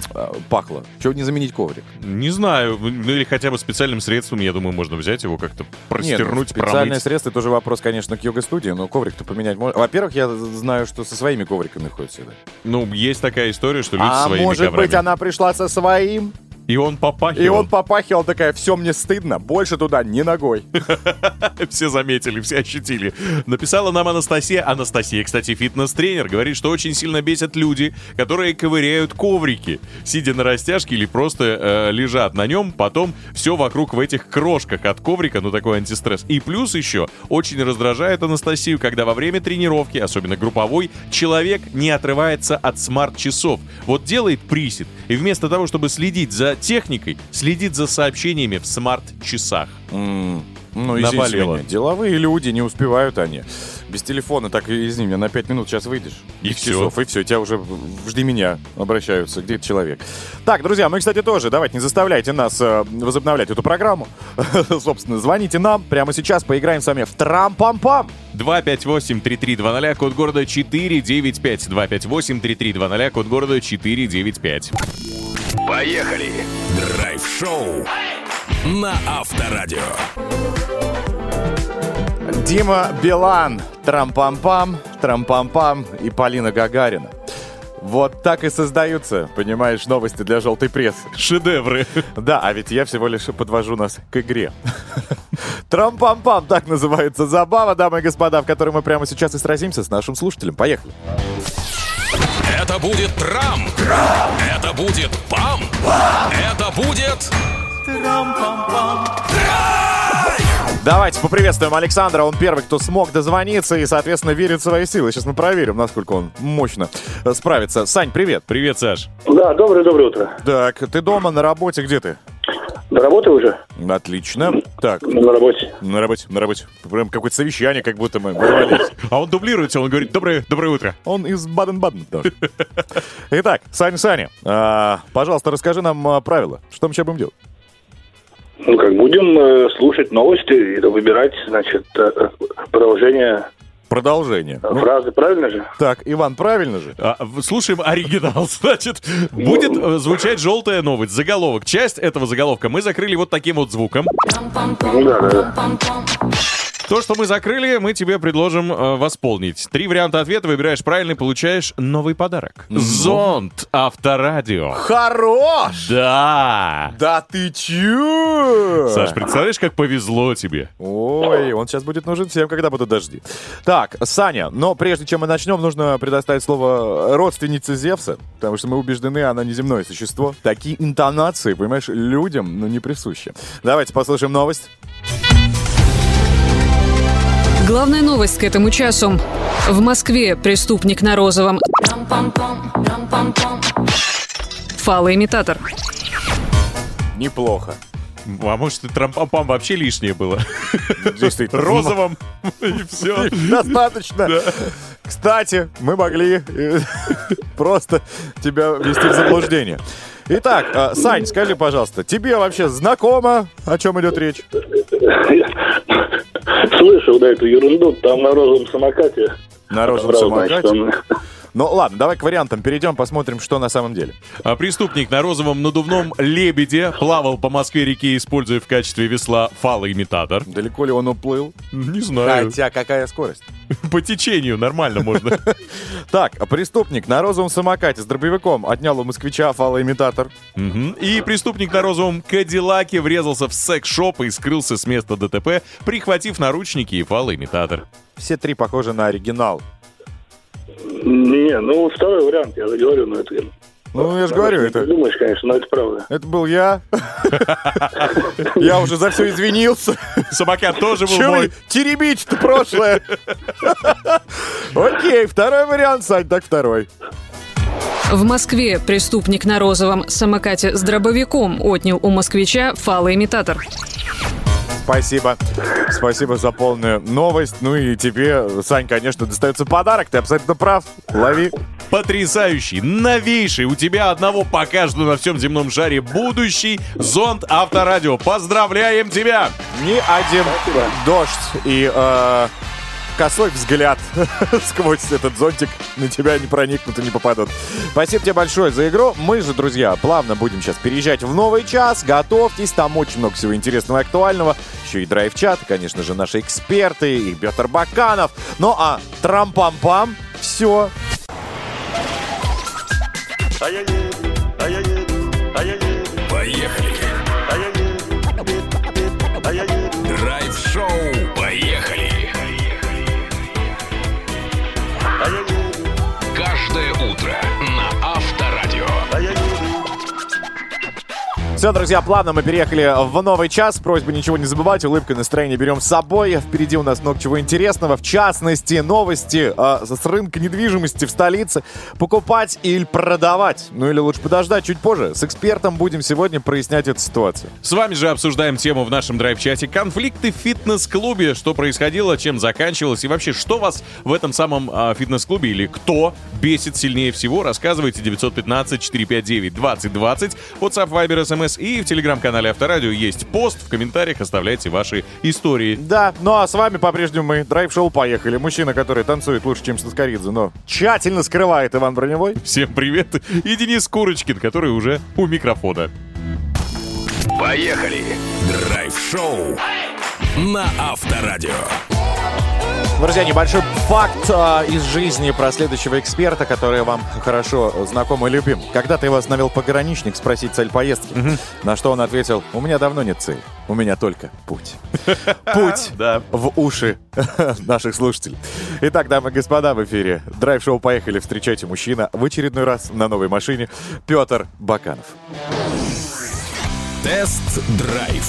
пахло? Чего не заменить коврик? Не знаю, ну или хотя бы специальным средством, я думаю, можно взять его как-то простернуть, специальное промыть. средство, это тоже вопрос, конечно, к йога-студии, но коврик-то поменять можно. Во-первых, я знаю, что со своими ковриками ходят всегда. Ну, есть такая история, что люди своими может коврами. быть, она пришла со своим? И он попахивал. И он попахивал, такая, все, мне стыдно, больше туда ни ногой. Все заметили, все ощутили. Написала нам Анастасия. Анастасия, кстати, фитнес-тренер, говорит, что очень сильно бесят люди, которые ковыряют коврики, сидя на растяжке или просто лежат на нем, потом все вокруг в этих крошках от коврика, ну такой антистресс. И плюс еще очень раздражает Анастасию, когда во время тренировки, особенно групповой, человек не отрывается от смарт-часов. Вот делает присед, и вместо того, чтобы следить за техникой, следит за сообщениями в смарт-часах. Ну, извините Наболело. меня, деловые люди, не успевают они. Без телефона, так и извини меня, на 5 минут сейчас выйдешь. И Без всё. часов, и все, тебя уже жди меня обращаются, где этот человек. Так, друзья, ну и, кстати, тоже, давайте не заставляйте нас возобновлять эту программу. Собственно, звоните нам прямо сейчас, поиграем с вами в Трам-пам-пам. 258-3320, код города 495. 258-3320, код города 495. Поехали! Драйв-шоу на Авторадио. Дима Билан, Трам-пам-пам, Трам-пам-пам и Полина Гагарина. Вот так и создаются, понимаешь, новости для желтой прессы. Шедевры. Да, а ведь я всего лишь подвожу нас к игре. Трам-пам-пам, так называется забава, дамы и господа, в которой мы прямо сейчас и сразимся с нашим слушателем. Поехали. Это будет трам. Это будет пам. Это будет... Давайте поприветствуем Александра. Он первый, кто смог дозвониться и, соответственно, верит в свои силы. Сейчас мы проверим, насколько он мощно справится. Сань, привет. Привет, Саш. Да, доброе утро. Так, ты дома, на работе, где ты? На работе уже? Отлично. Так, На работе. на работе. Прям какое-то совещание, как будто мы вырвались. А он дублируется, он говорит: доброе утро. Он из Баден-Бадена тоже. Итак, Саня, пожалуйста, расскажи нам правила. Что мы сейчас будем делать? Ну, как будем слушать новости и выбирать, значит, продолжение Продолжение. фразы, правильно же? Так, Иван, правильно же? Слушаем оригинал. Значит, будет звучать желтая новость, заголовок. Часть этого заголовка мы закрыли вот таким вот звуком. Да. То, что мы закрыли, мы тебе предложим восполнить. 3 варианта ответа, выбираешь правильный, получаешь новый подарок. Зонт Авторадио. Хорош! Да! Да ты чё? Саш, представляешь, как повезло тебе? Ой, он сейчас будет нужен всем, когда будут дожди. Так, Саня, но прежде чем мы начнем, нужно предоставить слово родственнице Зевса, потому что мы убеждены, она неземное существо. Такие интонации, понимаешь, людям, не присущи. Давайте послушаем новость. Главная новость к этому часу. В Москве преступник на розовом. Фалоимитатор. Неплохо. А может, и трампам вообще лишнее было? Действительно. Розовым, и все. Достаточно. Кстати, мы могли просто тебя ввести в заблуждение. Итак, Сань, скажи, пожалуйста, тебе вообще знакомо, о чем идет речь? Слышал, да, эту ерунду, там на розовом самокате. На розовом самокате? Ну ладно, давай к вариантам перейдем, посмотрим, что на самом деле. Преступник на розовом надувном лебеде плавал по Москве-реке, используя в качестве весла фалоимитатор. Далеко ли он уплыл? Не знаю. Хотя какая скорость? По течению нормально можно. Так, преступник на розовом самокате с дробовиком отнял у москвича фалоимитатор. И преступник на розовом кадиллаке врезался в секс-шоп и скрылся с места ДТП, прихватив наручники и фалоимитатор. Все 3 похожи на оригинал. Не, ну второй вариант, я же говорю, но это... Ну, я же говорю, Ты это... думаешь, конечно, но это правда. Это был я. Я уже за все извинился. Самокат тоже был Чего мой. вы теребите-то прошлое? Окей, второй вариант, Сань, так второй. В Москве преступник на розовом самокате с дробовиком отнял у москвича фалоимитатор. Спасибо. Спасибо за полную новость. Ну и тебе, Сань, конечно, достается подарок. Ты абсолютно прав. Лови. Потрясающий, новейший, у тебя одного по каждому на всем земном шаре будущий зонт Авторадио. Поздравляем тебя! Ни один дождь и косой взгляд сквозь этот зонтик на тебя не проникнут и не попадут. Спасибо тебе большое за игру. Мы же, друзья, плавно будем сейчас переезжать в новый час. Готовьтесь, там очень много всего интересного и актуального. Еще и драйв-чат, конечно же, наши эксперты, и Петр Баканов. Ну а трам-пам-пам, все. Поехали! Драйв-шоу. Поехали! Каждое утро на Авторадио. Все, друзья, плавно мы переехали в новый час. Просьба ничего не забывать, улыбка, настроение берем с собой. Впереди у нас много чего интересного. В частности, новости с рынка недвижимости в столице. Покупать или продавать? Ну или лучше подождать чуть позже. С экспертом будем сегодня прояснять эту ситуацию. С вами же обсуждаем тему в нашем драйв-чате. Конфликты в фитнес-клубе. Что происходило, чем заканчивалось и вообще, что вас в этом самом фитнес-клубе или кто бесит сильнее всего? Рассказывайте. 915-459-2020. WhatsApp, Viber, SMS и в телеграм-канале Авторадио есть пост. В комментариях оставляйте ваши истории. Да, ну а с вами по-прежнему мы. Драйв-шоу «Поехали». Мужчина, который танцует лучше, чем Сласкоридзе, но тщательно скрывает Иван Броневой. Всем привет. И Денис Курочкин, который уже у микрофона. Поехали! Драйв-шоу на Авторадио. Друзья, небольшой факт из жизни про следующего эксперта, который вам хорошо знаком и любим. Когда-то его остановил пограничник спросить цель поездки. На что он ответил: у меня давно нет цели, у меня только путь. Путь в уши наших слушателей. Итак, дамы и господа, в эфире драйв-шоу «Поехали». Встречайте, мужчина в очередной раз на новой машине Петр Баканов. Тест-драйв.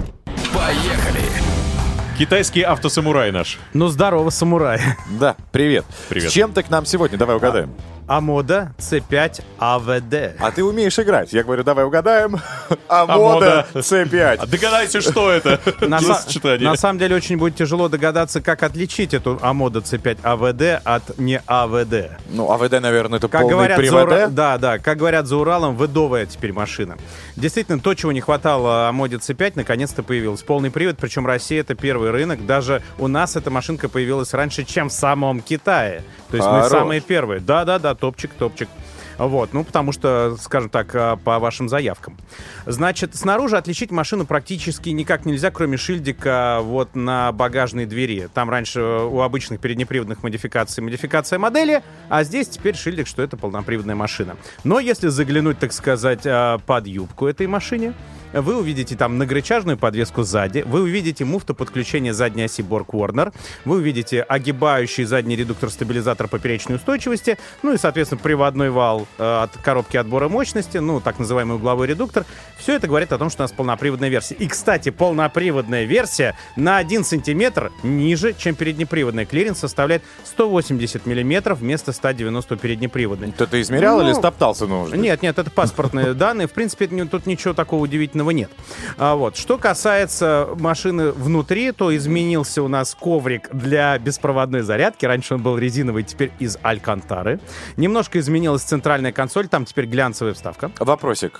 Поехали! Китайский автосамурай наш. Ну, здорово, самурай. Да, привет. Привет. С чем ты к нам сегодня? Давай угадаем. Амода C5 AVD. А ты умеешь играть. Я говорю, давай угадаем. Амода C5. Догадайся, что это. На самом деле очень будет тяжело догадаться, как отличить эту Амода C5 AVD от не AVD. Ну, AVD, наверное, это как полный говорят привод. Да, как говорят за Уралом, ведовая теперь машина. Действительно, то, чего не хватало Амоде C5, наконец-то появилось. Полный привод, причем Россия — это первый рынок. Даже у нас эта машинка появилась раньше, чем в самом Китае. То есть мы самые первые. Да, топчик. Вот, ну, потому что, скажем так, по вашим заявкам. Значит, снаружи отличить машину практически никак нельзя, кроме шильдика вот на багажной двери. Там раньше у обычных переднеприводных модификация модели, а здесь теперь шильдик, что это полноприводная машина. Но если заглянуть, так сказать, под юбку этой машине, вы увидите там многорычажную подвеску сзади, вы увидите муфту подключения задней оси Borg-Warner, вы увидите огибающий задний редуктор-стабилизатор поперечной устойчивости, ну и, соответственно, приводной вал от коробки отбора мощности, ну, так называемый угловой редуктор. Все это говорит о том, что у нас полноприводная версия. И, кстати, полноприводная версия на 1 сантиметр ниже, чем переднеприводная. Клиренс составляет 180 миллиметров вместо 190 переднеприводной. Ты измерял или стоптался нужно? Нет, это паспортные данные. В принципе, тут ничего такого удивительного нет. Вот. Что касается машины внутри, то изменился у нас коврик для беспроводной зарядки. Раньше он был резиновый, теперь из алькантары. Немножко изменилась центральная консоль, там теперь глянцевая вставка. Вопросик.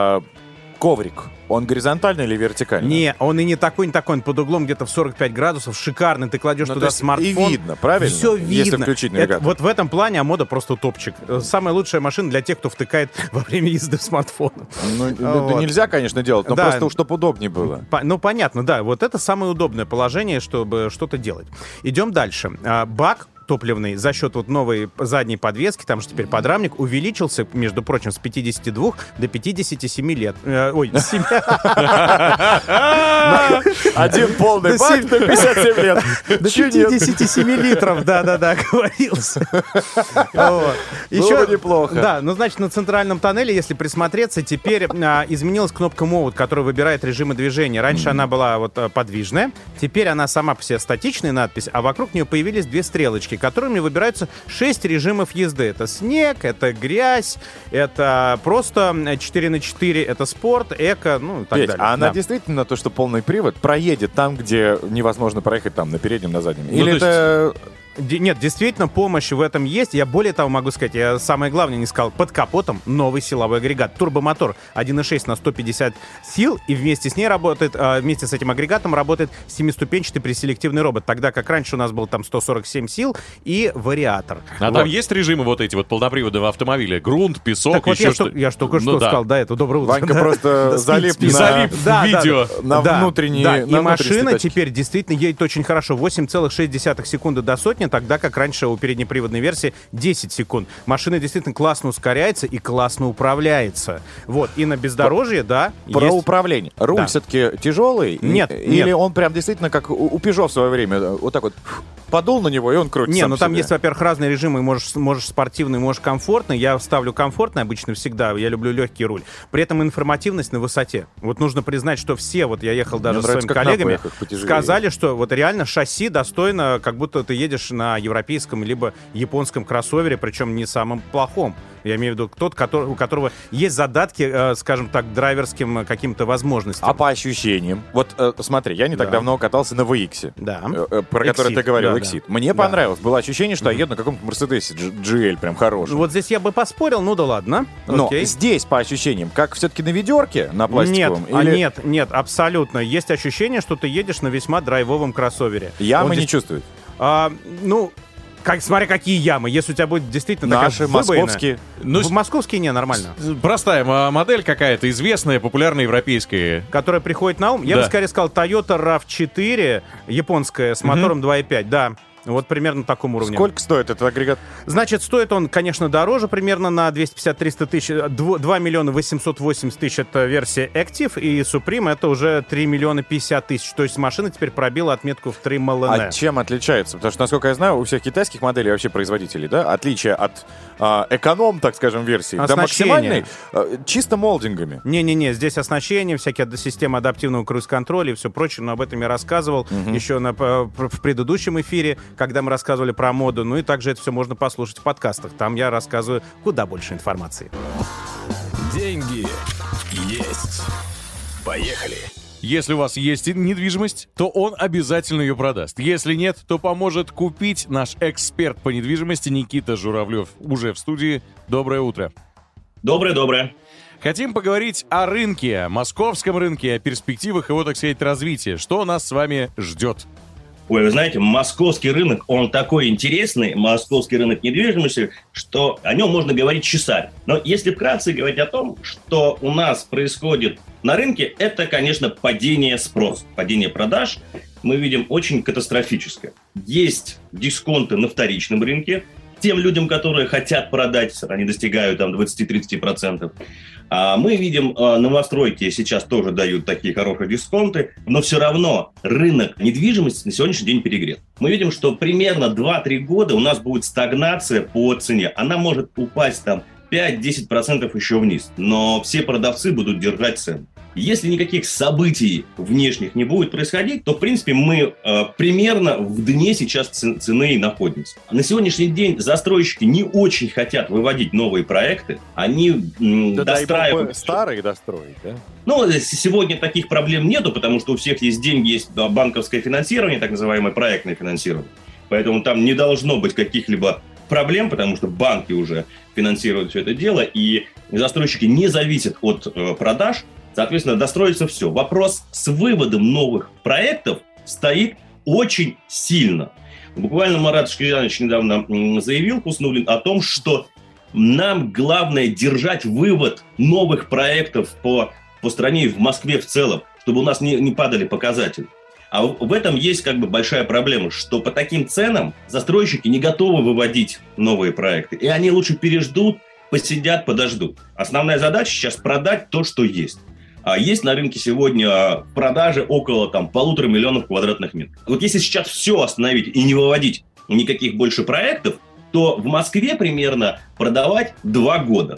Коврик, он горизонтальный или вертикальный? Не, он и не такой, он под углом где-то в 45 градусов, шикарный, ты кладешь туда смартфон. И видно, правильно? Все видно. Если включить навигатор. Вот в этом плане Амода просто топчик. Самая лучшая машина для тех, кто втыкает во время езды в смартфон. Ну, нельзя, конечно, делать, но просто чтобы удобнее было. Ну, понятно, да. Вот это самое удобное положение, чтобы что-то делать. Идем дальше. Бак топливный за счет вот новой задней подвески, там же теперь подрамник, увеличился, между прочим, с 52 до 57 лет. Ой, 7. Один полный бак до 57 лет. До 57 литров, да, оговорился. Было неплохо. Да, ну, значит, на центральном тоннеле, если присмотреться, теперь изменилась кнопка Mode, которая выбирает режимы движения. Раньше она была вот подвижная, теперь она сама по себе статичная надпись, а вокруг нее появились две стрелочки, которыми выбираются 6 режимов езды. Это снег, это грязь, это просто 4x4, это спорт, эко, ну и так Петь, далее. А она действительно то, что полный привод, проедет там, где невозможно проехать там на переднем, на заднем? Или это Нет, действительно, помощь в этом есть. Я более того могу сказать, я самое главное не сказал, под капотом новый силовой агрегат. Турбомотор 1.6 на 150 сил, и вместе с ней работает, вместе с этим агрегатом работает 7-ступенчатый преселективный робот, тогда как раньше у нас был там 147 сил и вариатор. А там есть режимы вот эти вот полноприводные в автомобиле? Грунт, песок, так вот еще что? Я ж только что сказал, да, это доброе утро. Ванька просто залип в видео. на внутренние. И машина теперь действительно едет очень хорошо. 8,6 секунды до сотни, тогда как раньше у переднеприводной версии 10 секунд. Машина действительно классно ускоряется и классно управляется. Вот, и на бездорожье, да, Про есть... управление. Руль все-таки тяжелый? Нет. Или он прям действительно как у Peugeot в свое время, вот так вот подул на него, и он крутится. Не, ну там есть, во-первых, разные режимы. Можешь спортивный, можешь комфортный. Я ставлю комфортный обычно всегда. Я люблю легкий руль. При этом информативность на высоте. Вот нужно признать, что все, вот я ехал даже со своими коллегами, сказали, что вот реально шасси достойно, как будто ты едешь на европейском либо японском кроссовере, причем не самом плохом. Я имею в виду тот, у которого есть задатки, скажем так, драйверским каким-то возможностям. А по ощущениям? Вот смотри, я не так давно катался на VX, про который ты говорил, Exit. Мне понравилось. Было ощущение, что я еду на каком-то Мерседесе GL, прям хороший. Вот здесь я бы поспорил, ну да ладно. Но здесь по ощущениям, как все-таки на ведерке, на пластиковом? Нет, абсолютно. Есть ощущение, что ты едешь на весьма драйвовом кроссовере. Ямы не чувствует? Смотря какие ямы. Если у тебя будет действительно наши, московские. Московские не, нормально. Простая модель какая-то, известная, популярная, европейская. Которая приходит на ум. Я бы скорее сказал Toyota RAV4, японская, с мотором 2.5, да. Вот примерно на таком уровне. Сколько стоит этот агрегат? Значит, стоит он, конечно, дороже, примерно на 250-300 тысяч. 2 миллиона 880 тысяч — это версия Active, и Supreme — это уже 3 миллиона 50 тысяч. То есть машина теперь пробила отметку в 3 МЛН. А чем отличается? Потому что, насколько я знаю, у всех китайских моделей, вообще производителей, да, отличие от эконом, так скажем, версии до максимальной, чисто молдингами. Не-не-не, здесь оснащение, всякие системы адаптивного круиз-контроля и все прочее, но об этом я рассказывал еще в предыдущем эфире, когда мы рассказывали про моду, ну и также это все можно послушать в подкастах. Там я рассказываю куда больше информации. Деньги есть. Поехали. Если у вас есть недвижимость, то он обязательно ее продаст. Если нет, то поможет купить наш эксперт по недвижимости Никита Журавлев. Уже в студии. Доброе утро. Доброе. Хотим поговорить о рынке, о московском рынке, о перспективах его, так сказать, развития. Что нас с вами ждет? Ой, вы знаете, московский рынок, он такой интересный, московский рынок недвижимости, что о нем можно говорить часами. Но если вкратце говорить о том, что у нас происходит на рынке, это, конечно, падение спроса, падение продаж. Мы видим очень катастрофическое. Есть дисконты на вторичном рынке. Тем людям, которые хотят продать, они достигают там 20-30%. А мы видим, новостройки сейчас тоже дают такие хорошие дисконты, но все равно рынок недвижимости на сегодняшний день перегрет. Мы видим, что примерно 2-3 года у нас будет стагнация по цене. Она может упасть там 5-10% еще вниз, но все продавцы будут держать цену. Если никаких событий внешних не будет происходить, то, в принципе, мы примерно в дне сейчас цены и находимся. На сегодняшний день застройщики не очень хотят выводить новые проекты. Они достраивают... Старые достроить, да? Ну, сегодня таких проблем нету, потому что у всех есть деньги, есть банковское финансирование, так называемое проектное финансирование. Поэтому там не должно быть каких-либо проблем, потому что банки уже финансируют все это дело, и застройщики не зависят от продаж. Соответственно, достроится все. Вопрос с выводом новых проектов стоит очень сильно. Буквально Марат Шкирянович недавно заявил, Хуснуллин, о том, что нам главное держать вывод новых проектов по стране и в Москве в целом, чтобы у нас не падали показатели. А в этом есть как бы большая проблема, что по таким ценам застройщики не готовы выводить новые проекты. И они лучше переждут, посидят, подождут. Основная задача сейчас продать то, что есть. А есть на рынке сегодня в продаже около 1,5 миллиона квадратных метров. Вот если сейчас все остановить и не выводить никаких больше проектов, то в Москве примерно продавать 2 года.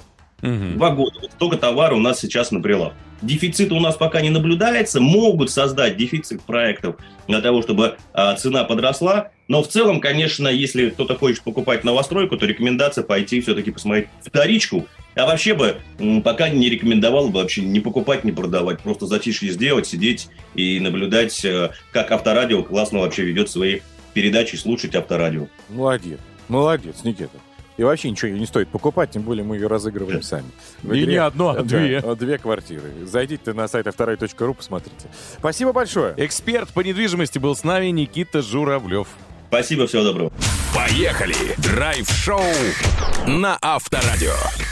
2 года. Вот столько товара у нас сейчас на прилавке. Дефицита у нас пока не наблюдается. Могут создать дефицит проектов для того, чтобы цена подросла. Но в целом, конечно, если кто-то хочет покупать новостройку, то рекомендация пойти все-таки посмотреть вторичку. А вообще бы пока не рекомендовал бы вообще не покупать, не продавать. Просто затишье сделать, сидеть и наблюдать, как Авторадио классно вообще ведет свои передачи, слушать Авторадио. Молодец, Никита. И вообще ничего не стоит покупать, тем более мы ее разыгрываем сами. И не одну, а две. Две квартиры. Зайдите на сайт авторадио.ру, посмотрите. Спасибо большое. Эксперт по недвижимости был с нами Никита Журавлев. Спасибо, всего доброго. Поехали! Драйв-шоу на Авторадио.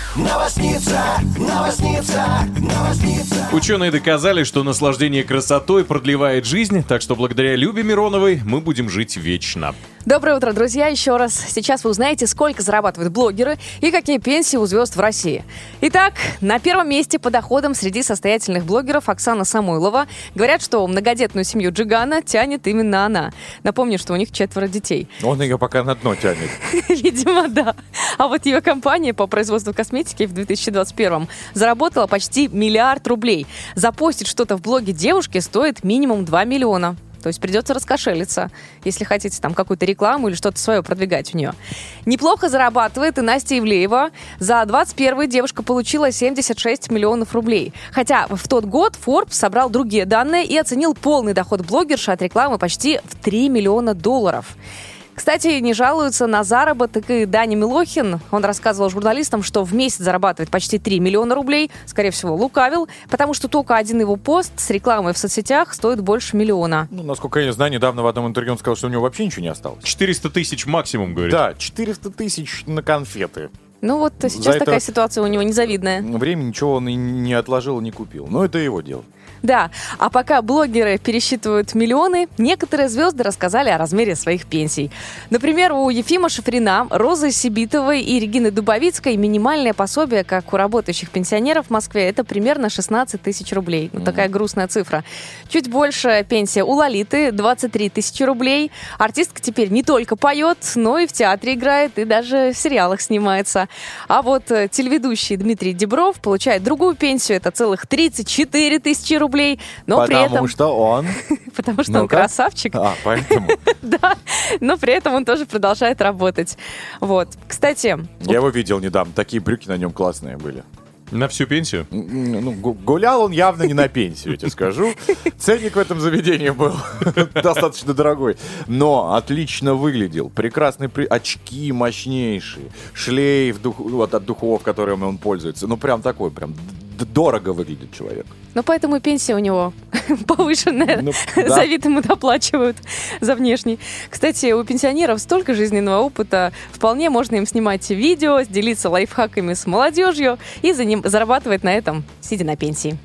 Ученые доказали, что наслаждение красотой продлевает жизнь, так что благодаря Любе Мироновой мы будем жить вечно. Доброе утро, друзья, еще раз. Сейчас вы узнаете, сколько зарабатывают блогеры и какие пенсии у звезд в России. Итак, на первом месте по доходам среди состоятельных блогеров Оксана Самойлова. Говорят, что многодетную семью Джигана тянет именно она. Напомню, что у них 4 детей. Он ее пока на дно тянет. Видимо, да. А вот ее компания по производству косметики в 2021 заработала почти 1 миллиард рублей. Запостить что-то в блоге девушки стоит минимум 2 миллиона. То есть придется раскошелиться, если хотите там какую-то рекламу или что-то свое продвигать у нее. Неплохо зарабатывает и Настя Ивлеева. За 21-й девушка получила 76 миллионов рублей. Хотя в тот год Forbes собрал другие данные и оценил полный доход блогерши от рекламы почти в 3 миллиона долларов. Кстати, не жалуются на заработок и Даня Милохин. Он рассказывал журналистам, что в месяц зарабатывает почти 3 миллиона рублей. Скорее всего, лукавил, потому что только один его пост с рекламой в соцсетях стоит больше 1 миллиона. Ну, насколько я знаю, недавно в одном интервью он сказал, что у него вообще ничего не осталось. 400 тысяч максимум, говорит. Да, 400 тысяч на конфеты. Ну вот сейчас такая ситуация у него незавидная. Время ничего он и не отложил, не купил. Но это его дело. Да, а пока блогеры пересчитывают миллионы, некоторые звезды рассказали о размере своих пенсий. Например, у Ефима Шафрина, Розы Сибитовой и Регины Дубовицкой минимальное пособие, как у работающих пенсионеров в Москве, это примерно 16 тысяч рублей. Ну, такая грустная цифра. Чуть больше пенсия у Лолиты, 23 тысячи рублей. Артистка теперь не только поет, но и в театре играет, и даже в сериалах снимается. А вот телеведущий Дмитрий Дибров получает другую пенсию, это целых 34 тысячи рублей. Но потому при этом... что он... Потому что он красавчик. Поэтому. Да, но при этом он тоже продолжает работать. Вот. Кстати... Я его видел недавно, такие брюки на нем классные были. На всю пенсию? Ну, гулял он явно не на пенсию, я тебе скажу. Ценник в этом заведении был достаточно дорогой. Но отлично выглядел. Прекрасные очки мощнейшие. Шлейф вот от духов, которыми он пользуется. Ну, прям такой, прям дорого выглядит человек. Ну, поэтому и пенсия у него повышенная. Ну, да. За вид ему доплачивают за внешний. Кстати, у пенсионеров столько жизненного опыта. Вполне можно им снимать видео, делиться лайфхаками с молодежью и зарабатывать на этом, сидя на пенсии.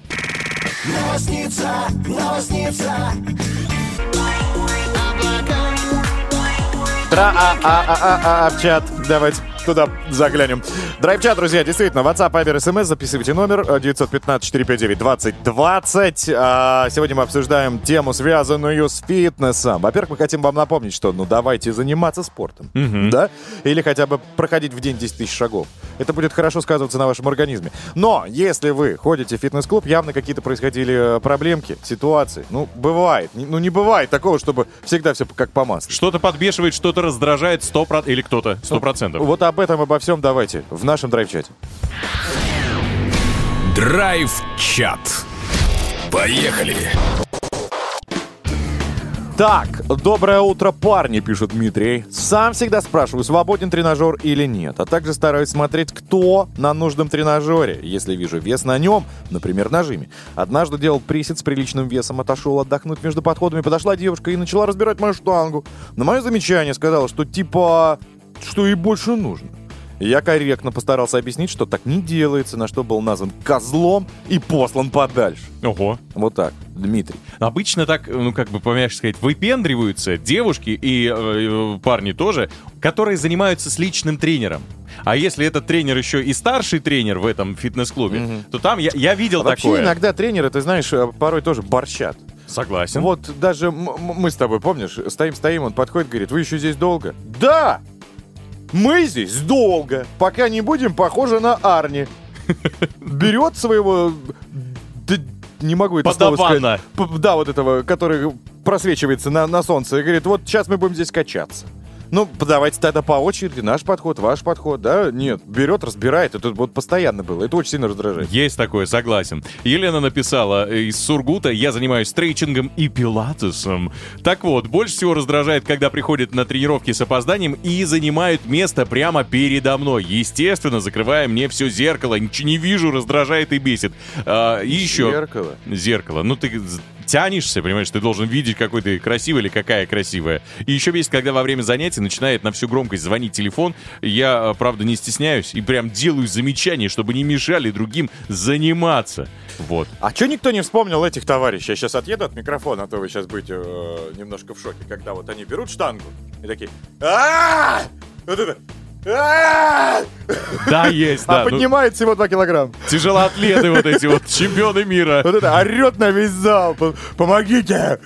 Чат. Давайте туда заглянем. Драйв-чат, друзья, действительно, WhatsApp, Viber, SMS, записывайте номер 915-459-2020. Сегодня мы обсуждаем тему, связанную с фитнесом. Во-первых, мы хотим вам напомнить, что, давайте заниматься спортом, да? Или хотя бы проходить в день 10 тысяч шагов. Это будет хорошо сказываться на вашем организме. Но если вы ходите в фитнес-клуб, явно какие-то происходили проблемки, ситуации. Бывает. Не бывает такого, чтобы всегда все как по маслу. Что-то подбешивает, что-то раздражает 100% или кто-то 100%. Вот об этом, обо всем давайте в нашем драйв-чате. Драйв-чат. Поехали! Так, доброе утро, парни, пишет Дмитрий. Сам всегда спрашиваю, свободен тренажер или нет, а также стараюсь смотреть, кто на нужном тренажере. Если вижу вес на нем, например, на жиме. Однажды делал присед с приличным весом, отошел отдохнуть между подходами, подошла девушка и начала разбирать мою штангу. На мое замечание сказала, что что ей больше нужно. Я корректно постарался объяснить, что так не делается, на что был назван козлом и послан подальше. Ого. Вот так, Дмитрий. Обычно так, помягче сказать, выпендриваются девушки и парни тоже, которые занимаются с личным тренером. А если этот тренер еще и старший тренер в этом фитнес-клубе, то там я видел вообще такое. Вообще иногда тренеры, ты знаешь, порой тоже борщат. Согласен. Вот даже мы с тобой, помнишь, стоим, он подходит, говорит, вы еще здесь долго? Да! Мы здесь долго, пока не будем похожи на Арни. Берет своего... не могу это слово сказать. Да, вот этого, который просвечивается на солнце, и говорит, вот сейчас мы будем здесь качаться. Ну, давайте тогда по очереди. Наш подход, ваш подход, да? Нет, берет, разбирает. Это вот постоянно было. Это очень сильно раздражает. Есть такое, согласен. Елена написала из Сургута: я занимаюсь стрейчингом и пилатесом. Так вот, больше всего раздражает, когда приходят на тренировки с опозданием и занимают место прямо передо мной. Естественно, закрывая мне все зеркало. Ничего не вижу, раздражает и бесит. И еще... Зеркало? Зеркало. Ну, ты тянешься, понимаешь, ты должен видеть, какой ты красивый или какая красивая. И еще бесит, когда во время занятий начинает на всю громкость звонить телефон. Я, правда, не стесняюсь и прям делаю замечания, чтобы не мешали другим заниматься. Вот. А что никто не вспомнил этих товарищей? Я сейчас отъеду от микрофона, а то вы сейчас будете немножко в шоке. Когда вот они берут штангу и такие... Вот это... Да, есть, да. А поднимает всего 2 килограмма. Тяжелоатлеты вот эти вот, чемпионы мира. Вот это орет на весь зал. Помогите!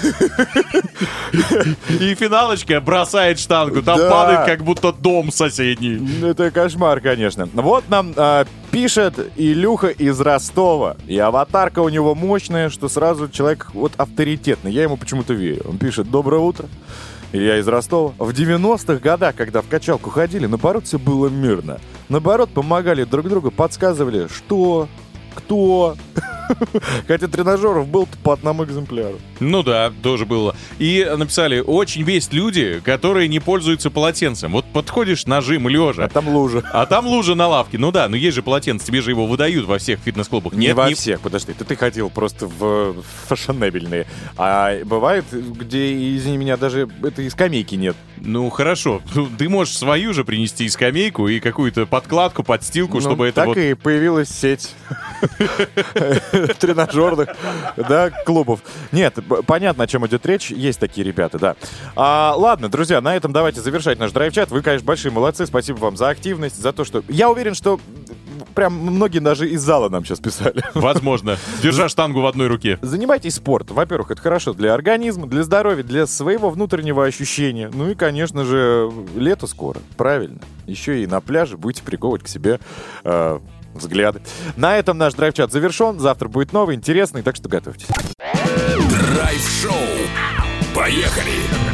И финалочка бросает штангу. Там падает, как будто дом соседний. Это кошмар, конечно. Вот нам пишет Илюха из Ростова. И аватарка у него мощная, что сразу человек вот авторитетный. Я ему почему-то верю. Он пишет: доброе утро. Илья из Ростова. В 90-х годах, когда в качалку ходили, наоборот, все было мирно. Наоборот, помогали друг другу, подсказывали, что, кто. Хотя тренажеров был-то по одному экземпляру. Ну да, тоже было. И написали: очень весть люди, которые не пользуются полотенцем. Вот подходишь, нажим лежа. А там лужа. А там лужа на лавке. Ну да, но есть же полотенце, тебе же его выдают во всех фитнес-клубах. Не во всех, подожди. Ты ходил просто в фashionable'ные. А бывает, где, извини меня, даже этой скамейки нет. Ну хорошо, ты можешь свою же принести и скамейку, и какую-то подкладку, подстилку, чтобы это так вот... и появилась сеть тренажерных, да, клубов. Нет, понятно, о чем идет речь. Есть такие ребята, да. Ладно, друзья, на этом давайте завершать наш драйв-чат. Вы, конечно, большие молодцы. Спасибо вам за активность, за то, что... Я уверен, что прям многие даже из зала нам сейчас писали. Возможно. Держа штангу в одной руке. Занимайтесь спортом. Во-первых, это хорошо для организма, для здоровья, для своего внутреннего ощущения. Ну и, конечно же, лето скоро. Правильно. Еще и на пляже будете приковывать к себе... взгляды. На этом наш драйв-чат завершен. Завтра будет новый, интересный, так что готовьтесь. Драйв-шоу. Поехали!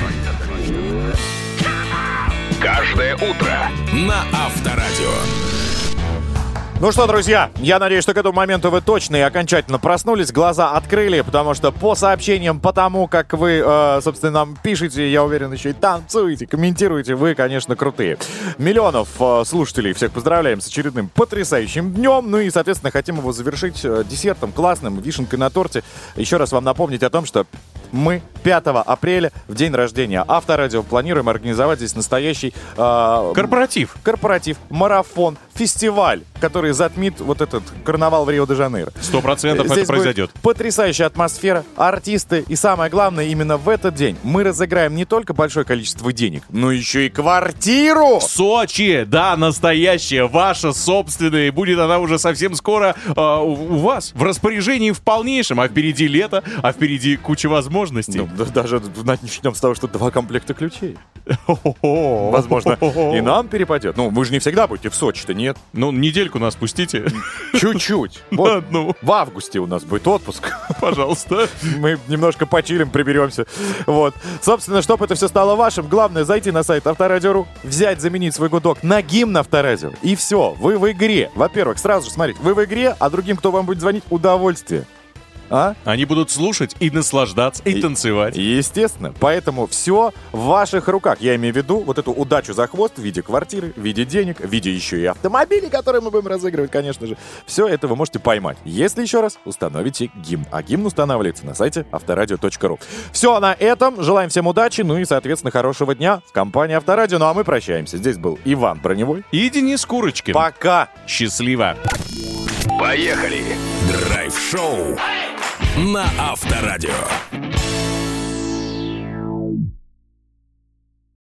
Каждое утро на Авторадио. Ну что, друзья, я надеюсь, что к этому моменту вы точно и окончательно проснулись, глаза открыли, потому что по сообщениям, по тому, как вы, собственно, нам пишете, я уверен, еще и танцуете, комментируете, вы, конечно, крутые. Миллионов слушателей, всех поздравляем с очередным потрясающим днем, ну и, соответственно, хотим его завершить десертом классным, вишенкой на торте. Еще раз вам напомнить о том, что мы 5 апреля, в день рождения Авторадио, планируем организовать здесь настоящий... корпоратив, марафон, фестиваль, который затмит вот этот карнавал в Рио-де-Жанейро. 100% это произойдет. Потрясающая атмосфера, артисты и, самое главное, именно в этот день мы разыграем не только большое количество денег, но еще и квартиру! В Сочи! Да, настоящая, ваша собственная. И будет она уже совсем скоро у вас, в распоряжении в полнейшем. А впереди лето, а впереди куча возможностей. Ну, даже начнем с того, что 2 комплекта ключей. Возможно, и нам перепадет. Ну, вы же не всегда будете в Сочи-то, нет? Ну, недельку нас пустите. Чуть-чуть. Вот в августе у нас будет отпуск. Пожалуйста. Мы немножко почилим, приберемся. Вот. Собственно, чтобы это все стало вашим, главное зайти на сайт Авторадио.ру, взять, заменить свой гудок на гимн Авторадио. И все, вы в игре. Во-первых, сразу же, смотрите, вы в игре, а другим, кто вам будет звонить, удовольствие. Они будут слушать и наслаждаться, и танцевать. Естественно. Поэтому все в ваших руках. Я имею в виду вот эту удачу за хвост в виде квартиры, в виде денег, в виде еще и автомобилей, которые мы будем разыгрывать, конечно же. Все это вы можете поймать, если еще раз установите гимн. А гимн устанавливается на сайте авторадио.ру. Все на этом. Желаем всем удачи, ну и, соответственно, хорошего дня в компании Авторадио. Ну а мы прощаемся. Здесь был Иван Броневой и Денис Курочкин. Пока. Счастливо. Поехали. Драйв-шоу на Авторадио.